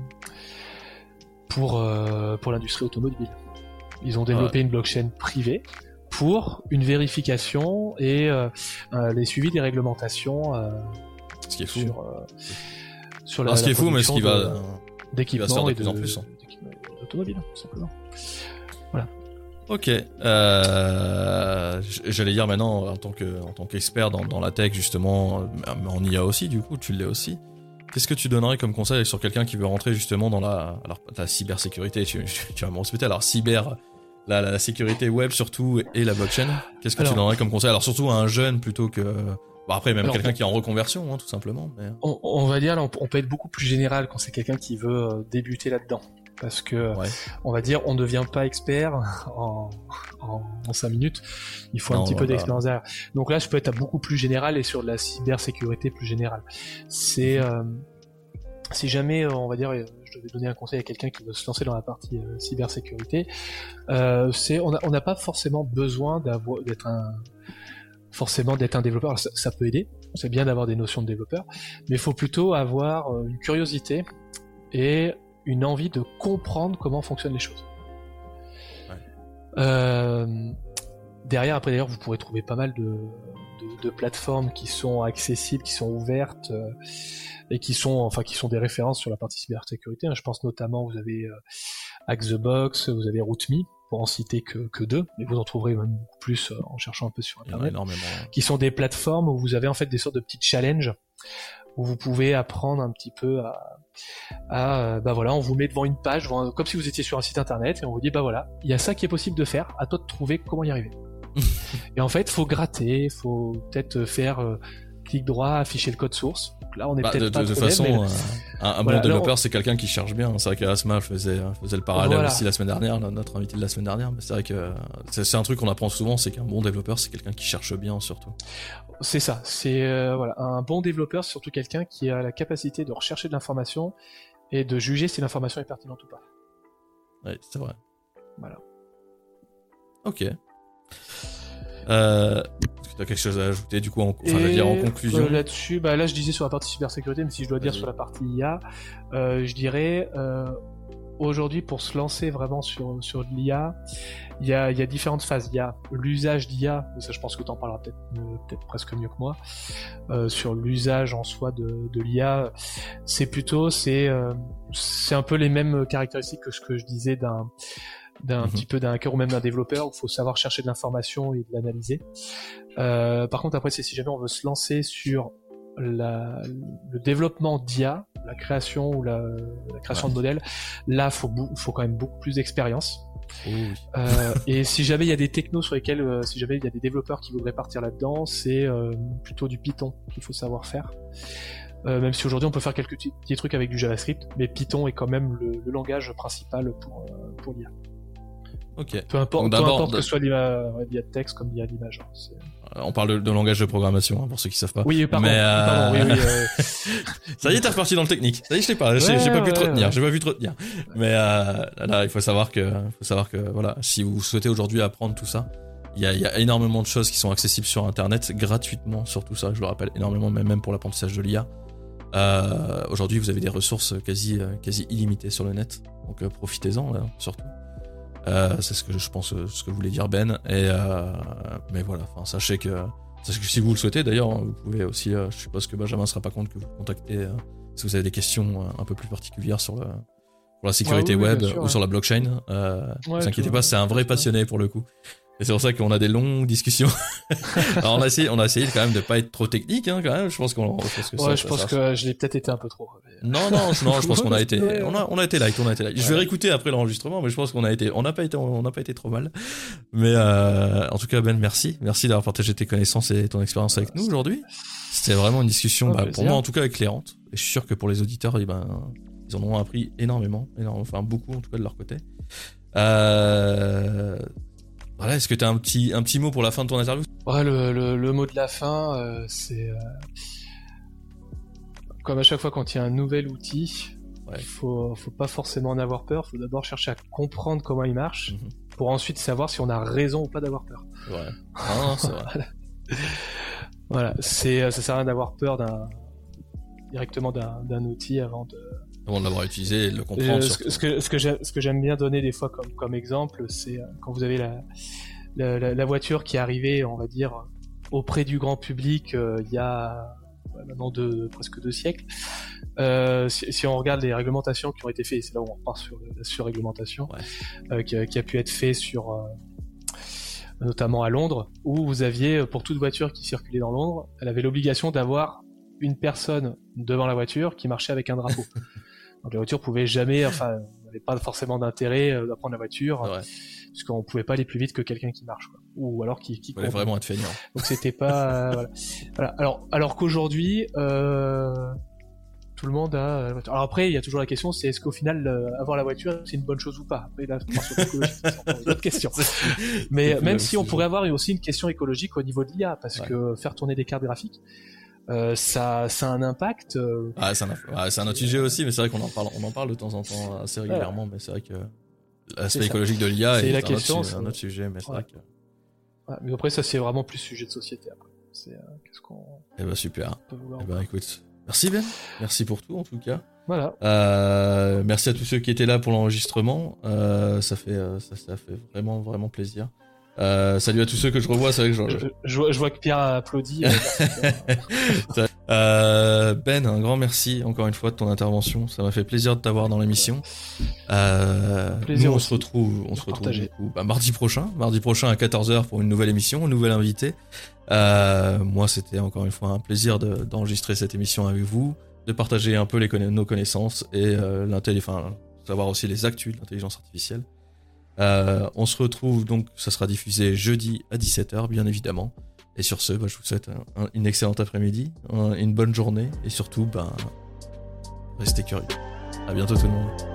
l'industrie automobile. Ils ont développé une blockchain privée pour une vérification et les suivis des réglementations. Ce qui est fou. Sur la ce qui est fou, mais ce qui va d'équipement de plus en plus. D'automobile, simplement. Voilà. Ok. J'allais dire maintenant, en tant qu'expert dans la tech, justement, mais en IA aussi, du coup, tu l'es aussi. Qu'est-ce que tu donnerais comme conseil sur quelqu'un qui veut rentrer justement dans la cybersécurité? Tu vas me respecter. Alors, la sécurité web surtout et la blockchain. Qu'est-ce que tu donnerais comme conseil? Alors, surtout à un jeune plutôt que... Bon, après, même quelqu'un qui est en reconversion, tout simplement. Mais... On va dire, on peut être beaucoup plus général quand c'est quelqu'un qui veut débuter là-dedans. Parce que, on va dire, on ne devient pas expert en 5 minutes. Il faut un petit peu d'expérience derrière. Donc là, je peux être beaucoup plus général et sur de la cybersécurité plus générale. C'est, si jamais, on va dire, je devais donner un conseil à quelqu'un qui veut se lancer dans la partie cybersécurité, on n'a pas forcément besoin d'être un développeur. Alors, ça peut aider, c'est bien d'avoir des notions de développeur, mais il faut plutôt avoir une curiosité et une envie de comprendre comment fonctionnent les choses. Derrière, après d'ailleurs, vous pourrez trouver pas mal de plateformes qui sont accessibles, qui sont ouvertes et qui sont des références sur la partie cybersécurité. Je pense notamment, vous avez Hack the Box, vous avez RootMe, pour en citer que deux, mais vous en trouverez même beaucoup plus en cherchant un peu sur internet, qui sont des plateformes où vous avez en fait des sortes de petits challenges où vous pouvez apprendre un petit peu on vous met devant une page, comme si vous étiez sur un site internet, et on vous dit il y a ça qui est possible de faire, à toi de trouver comment y arriver. Et en fait, faut gratter, faut peut-être faire clic droit, afficher le code source. Donc là, on est peut-être pas de toute façon, un bon développeur, c'est quelqu'un qui cherche bien. C'est vrai qu'Asma faisait le parallèle aussi la semaine dernière, notre invité de la semaine dernière. Mais c'est vrai que c'est un truc qu'on apprend souvent, c'est qu'un bon développeur, c'est quelqu'un qui cherche bien surtout. C'est ça. C'est un bon développeur, c'est surtout quelqu'un qui a la capacité de rechercher de l'information et de juger si l'information est pertinente ou pas. Oui, c'est vrai. Voilà. Ok. t'as quelque chose à ajouter du coup, en conclusion là-dessus, là je disais sur la partie cybersécurité, mais si je dois dire sur la partie IA, je dirais aujourd'hui pour se lancer vraiment sur l'IA, il y a différentes phases. Il y a l'usage d'IA, et ça je pense que t'en parleras peut-être presque mieux que moi. Sur l'usage en soi de l'IA, c'est un peu les mêmes caractéristiques que ce que je disais d'un petit peu d'un hacker ou même d'un développeur, où il faut savoir chercher de l'information et de l'analyser. Par contre, après, si jamais on veut se lancer sur le développement d'IA, la création ou la création de modèles, là, faut quand même beaucoup plus d'expérience. Oui. Et si jamais il y a des technos sur lesquels, si jamais il y a des développeurs qui voudraient partir là-dedans, c'est plutôt du Python qu'il faut savoir faire. Même si aujourd'hui on peut faire quelques petits trucs avec du JavaScript, mais Python est quand même le langage principal pour l'IA. Ok. Peu importe que ce soit l'IA de texte comme l'IA d'image. On parle de langage de programmation, pour ceux qui savent pas. Oui, pardon. Ça y est, t'es reparti dans le technique. Ça y est, je sais pas. J'ai pas pu te retenir. J'ai pas pu te retenir. Mais là, il faut savoir que voilà, si vous souhaitez aujourd'hui apprendre tout ça, il y a énormément de choses qui sont accessibles sur Internet gratuitement sur tout ça. Je le rappelle, énormément, même pour l'apprentissage de l'IA. Aujourd'hui, vous avez des ressources quasi illimitées sur le net. Donc profitez-en, là, surtout. C'est ce que je pense, ce que voulait dire Ben. Mais voilà, sachez que si vous le souhaitez, d'ailleurs, vous pouvez aussi, je suppose que Benjamin sera pas contre que vous contactez si vous avez des questions un peu plus particulières sur la sécurité web ou sur la blockchain. Ne vous inquiétez pas, c'est un vrai passionné pour le coup. Et c'est pour ça qu'on a des longues discussions. Alors on a essayé quand même de pas être trop technique, quand même. Je pense que je l'ai peut-être été un peu trop. Non, je pense qu'on a été, on a été light. Je vais réécouter après l'enregistrement, mais je pense qu'on n'a pas été trop mal. Mais en tout cas, Ben, merci d'avoir partagé tes connaissances et ton expérience avec nous aujourd'hui. C'était vraiment une discussion, pour moi en tout cas éclairante. Et je suis sûr que pour les auditeurs, ils en ont appris énormément, enfin beaucoup en tout cas de leur côté. Voilà, est-ce que tu as un petit mot pour la fin de ton interview ? Ouais, le mot de la fin, c'est comme à chaque fois quand il y a un nouvel outil, faut pas forcément en avoir peur, faut d'abord chercher à comprendre comment il marche, pour ensuite savoir si on a raison ou pas d'avoir peur. Ouais. Non, c'est vrai. Voilà, ça sert à rien d'avoir peur directement d'un outil avant de l'avoir utilisé et de le comprendre. Ce que j'aime bien donner des fois comme exemple, c'est quand vous avez la voiture qui est arrivée, on va dire, auprès du grand public il y a maintenant presque 2 siècles. Si on regarde les réglementations qui ont été faites, c'est là où on repart sur la surréglementation, qui a pu être fait notamment à Londres, où vous aviez, pour toute voiture qui circulait dans Londres, elle avait l'obligation d'avoir une personne devant la voiture qui marchait avec un drapeau. Donc la voiture pouvait jamais, n'avait pas forcément d'intérêt d'apprendre la voiture, puisqu'on pouvait pas aller plus vite que quelqu'un qui marche, quoi. Ou alors qui fallait vraiment être feignant. Donc c'était pas voilà. Alors qu'aujourd'hui tout le monde a la voiture. Alors après il y a toujours la question, c'est est-ce qu'au final avoir la voiture c'est une bonne chose ou pas. Après là sur l'écologie, c'est encore une autre question. Mais même si on pourrait avoir aussi une question écologique au niveau de l'IA, parce que faire tourner des cartes graphiques, ça a un impact. C'est un autre sujet aussi, mais c'est vrai qu'on en parle de temps en temps assez régulièrement, mais c'est vrai que l'aspect écologique de l'IA est un autre sujet, mais c'est vrai que... mais après ça c'est vraiment plus sujet de société après. C'est qu'est-ce qu'on... super. Écoute, merci Ben, merci pour tout en tout cas. Voilà. Merci à tous ceux qui étaient là pour l'enregistrement. Ça fait vraiment vraiment plaisir. Salut à tous ceux que je revois, c'est vrai que je vois que Pierre applaudit. Ben, un grand merci encore une fois de ton intervention. Ça m'a fait plaisir de t'avoir dans l'émission. Nous, on se retrouve du coup, mardi prochain à 14h pour une nouvelle émission, un nouvel invité. Moi, c'était encore une fois un plaisir d'enregistrer cette émission avec vous, de partager un peu nos connaissances et savoir aussi les actus de l'intelligence artificielle. On se retrouve donc, ça sera diffusé jeudi à 17h bien évidemment. Et sur ce, je vous souhaite une excellente après-midi, une bonne journée et surtout, restez curieux. À bientôt tout le monde.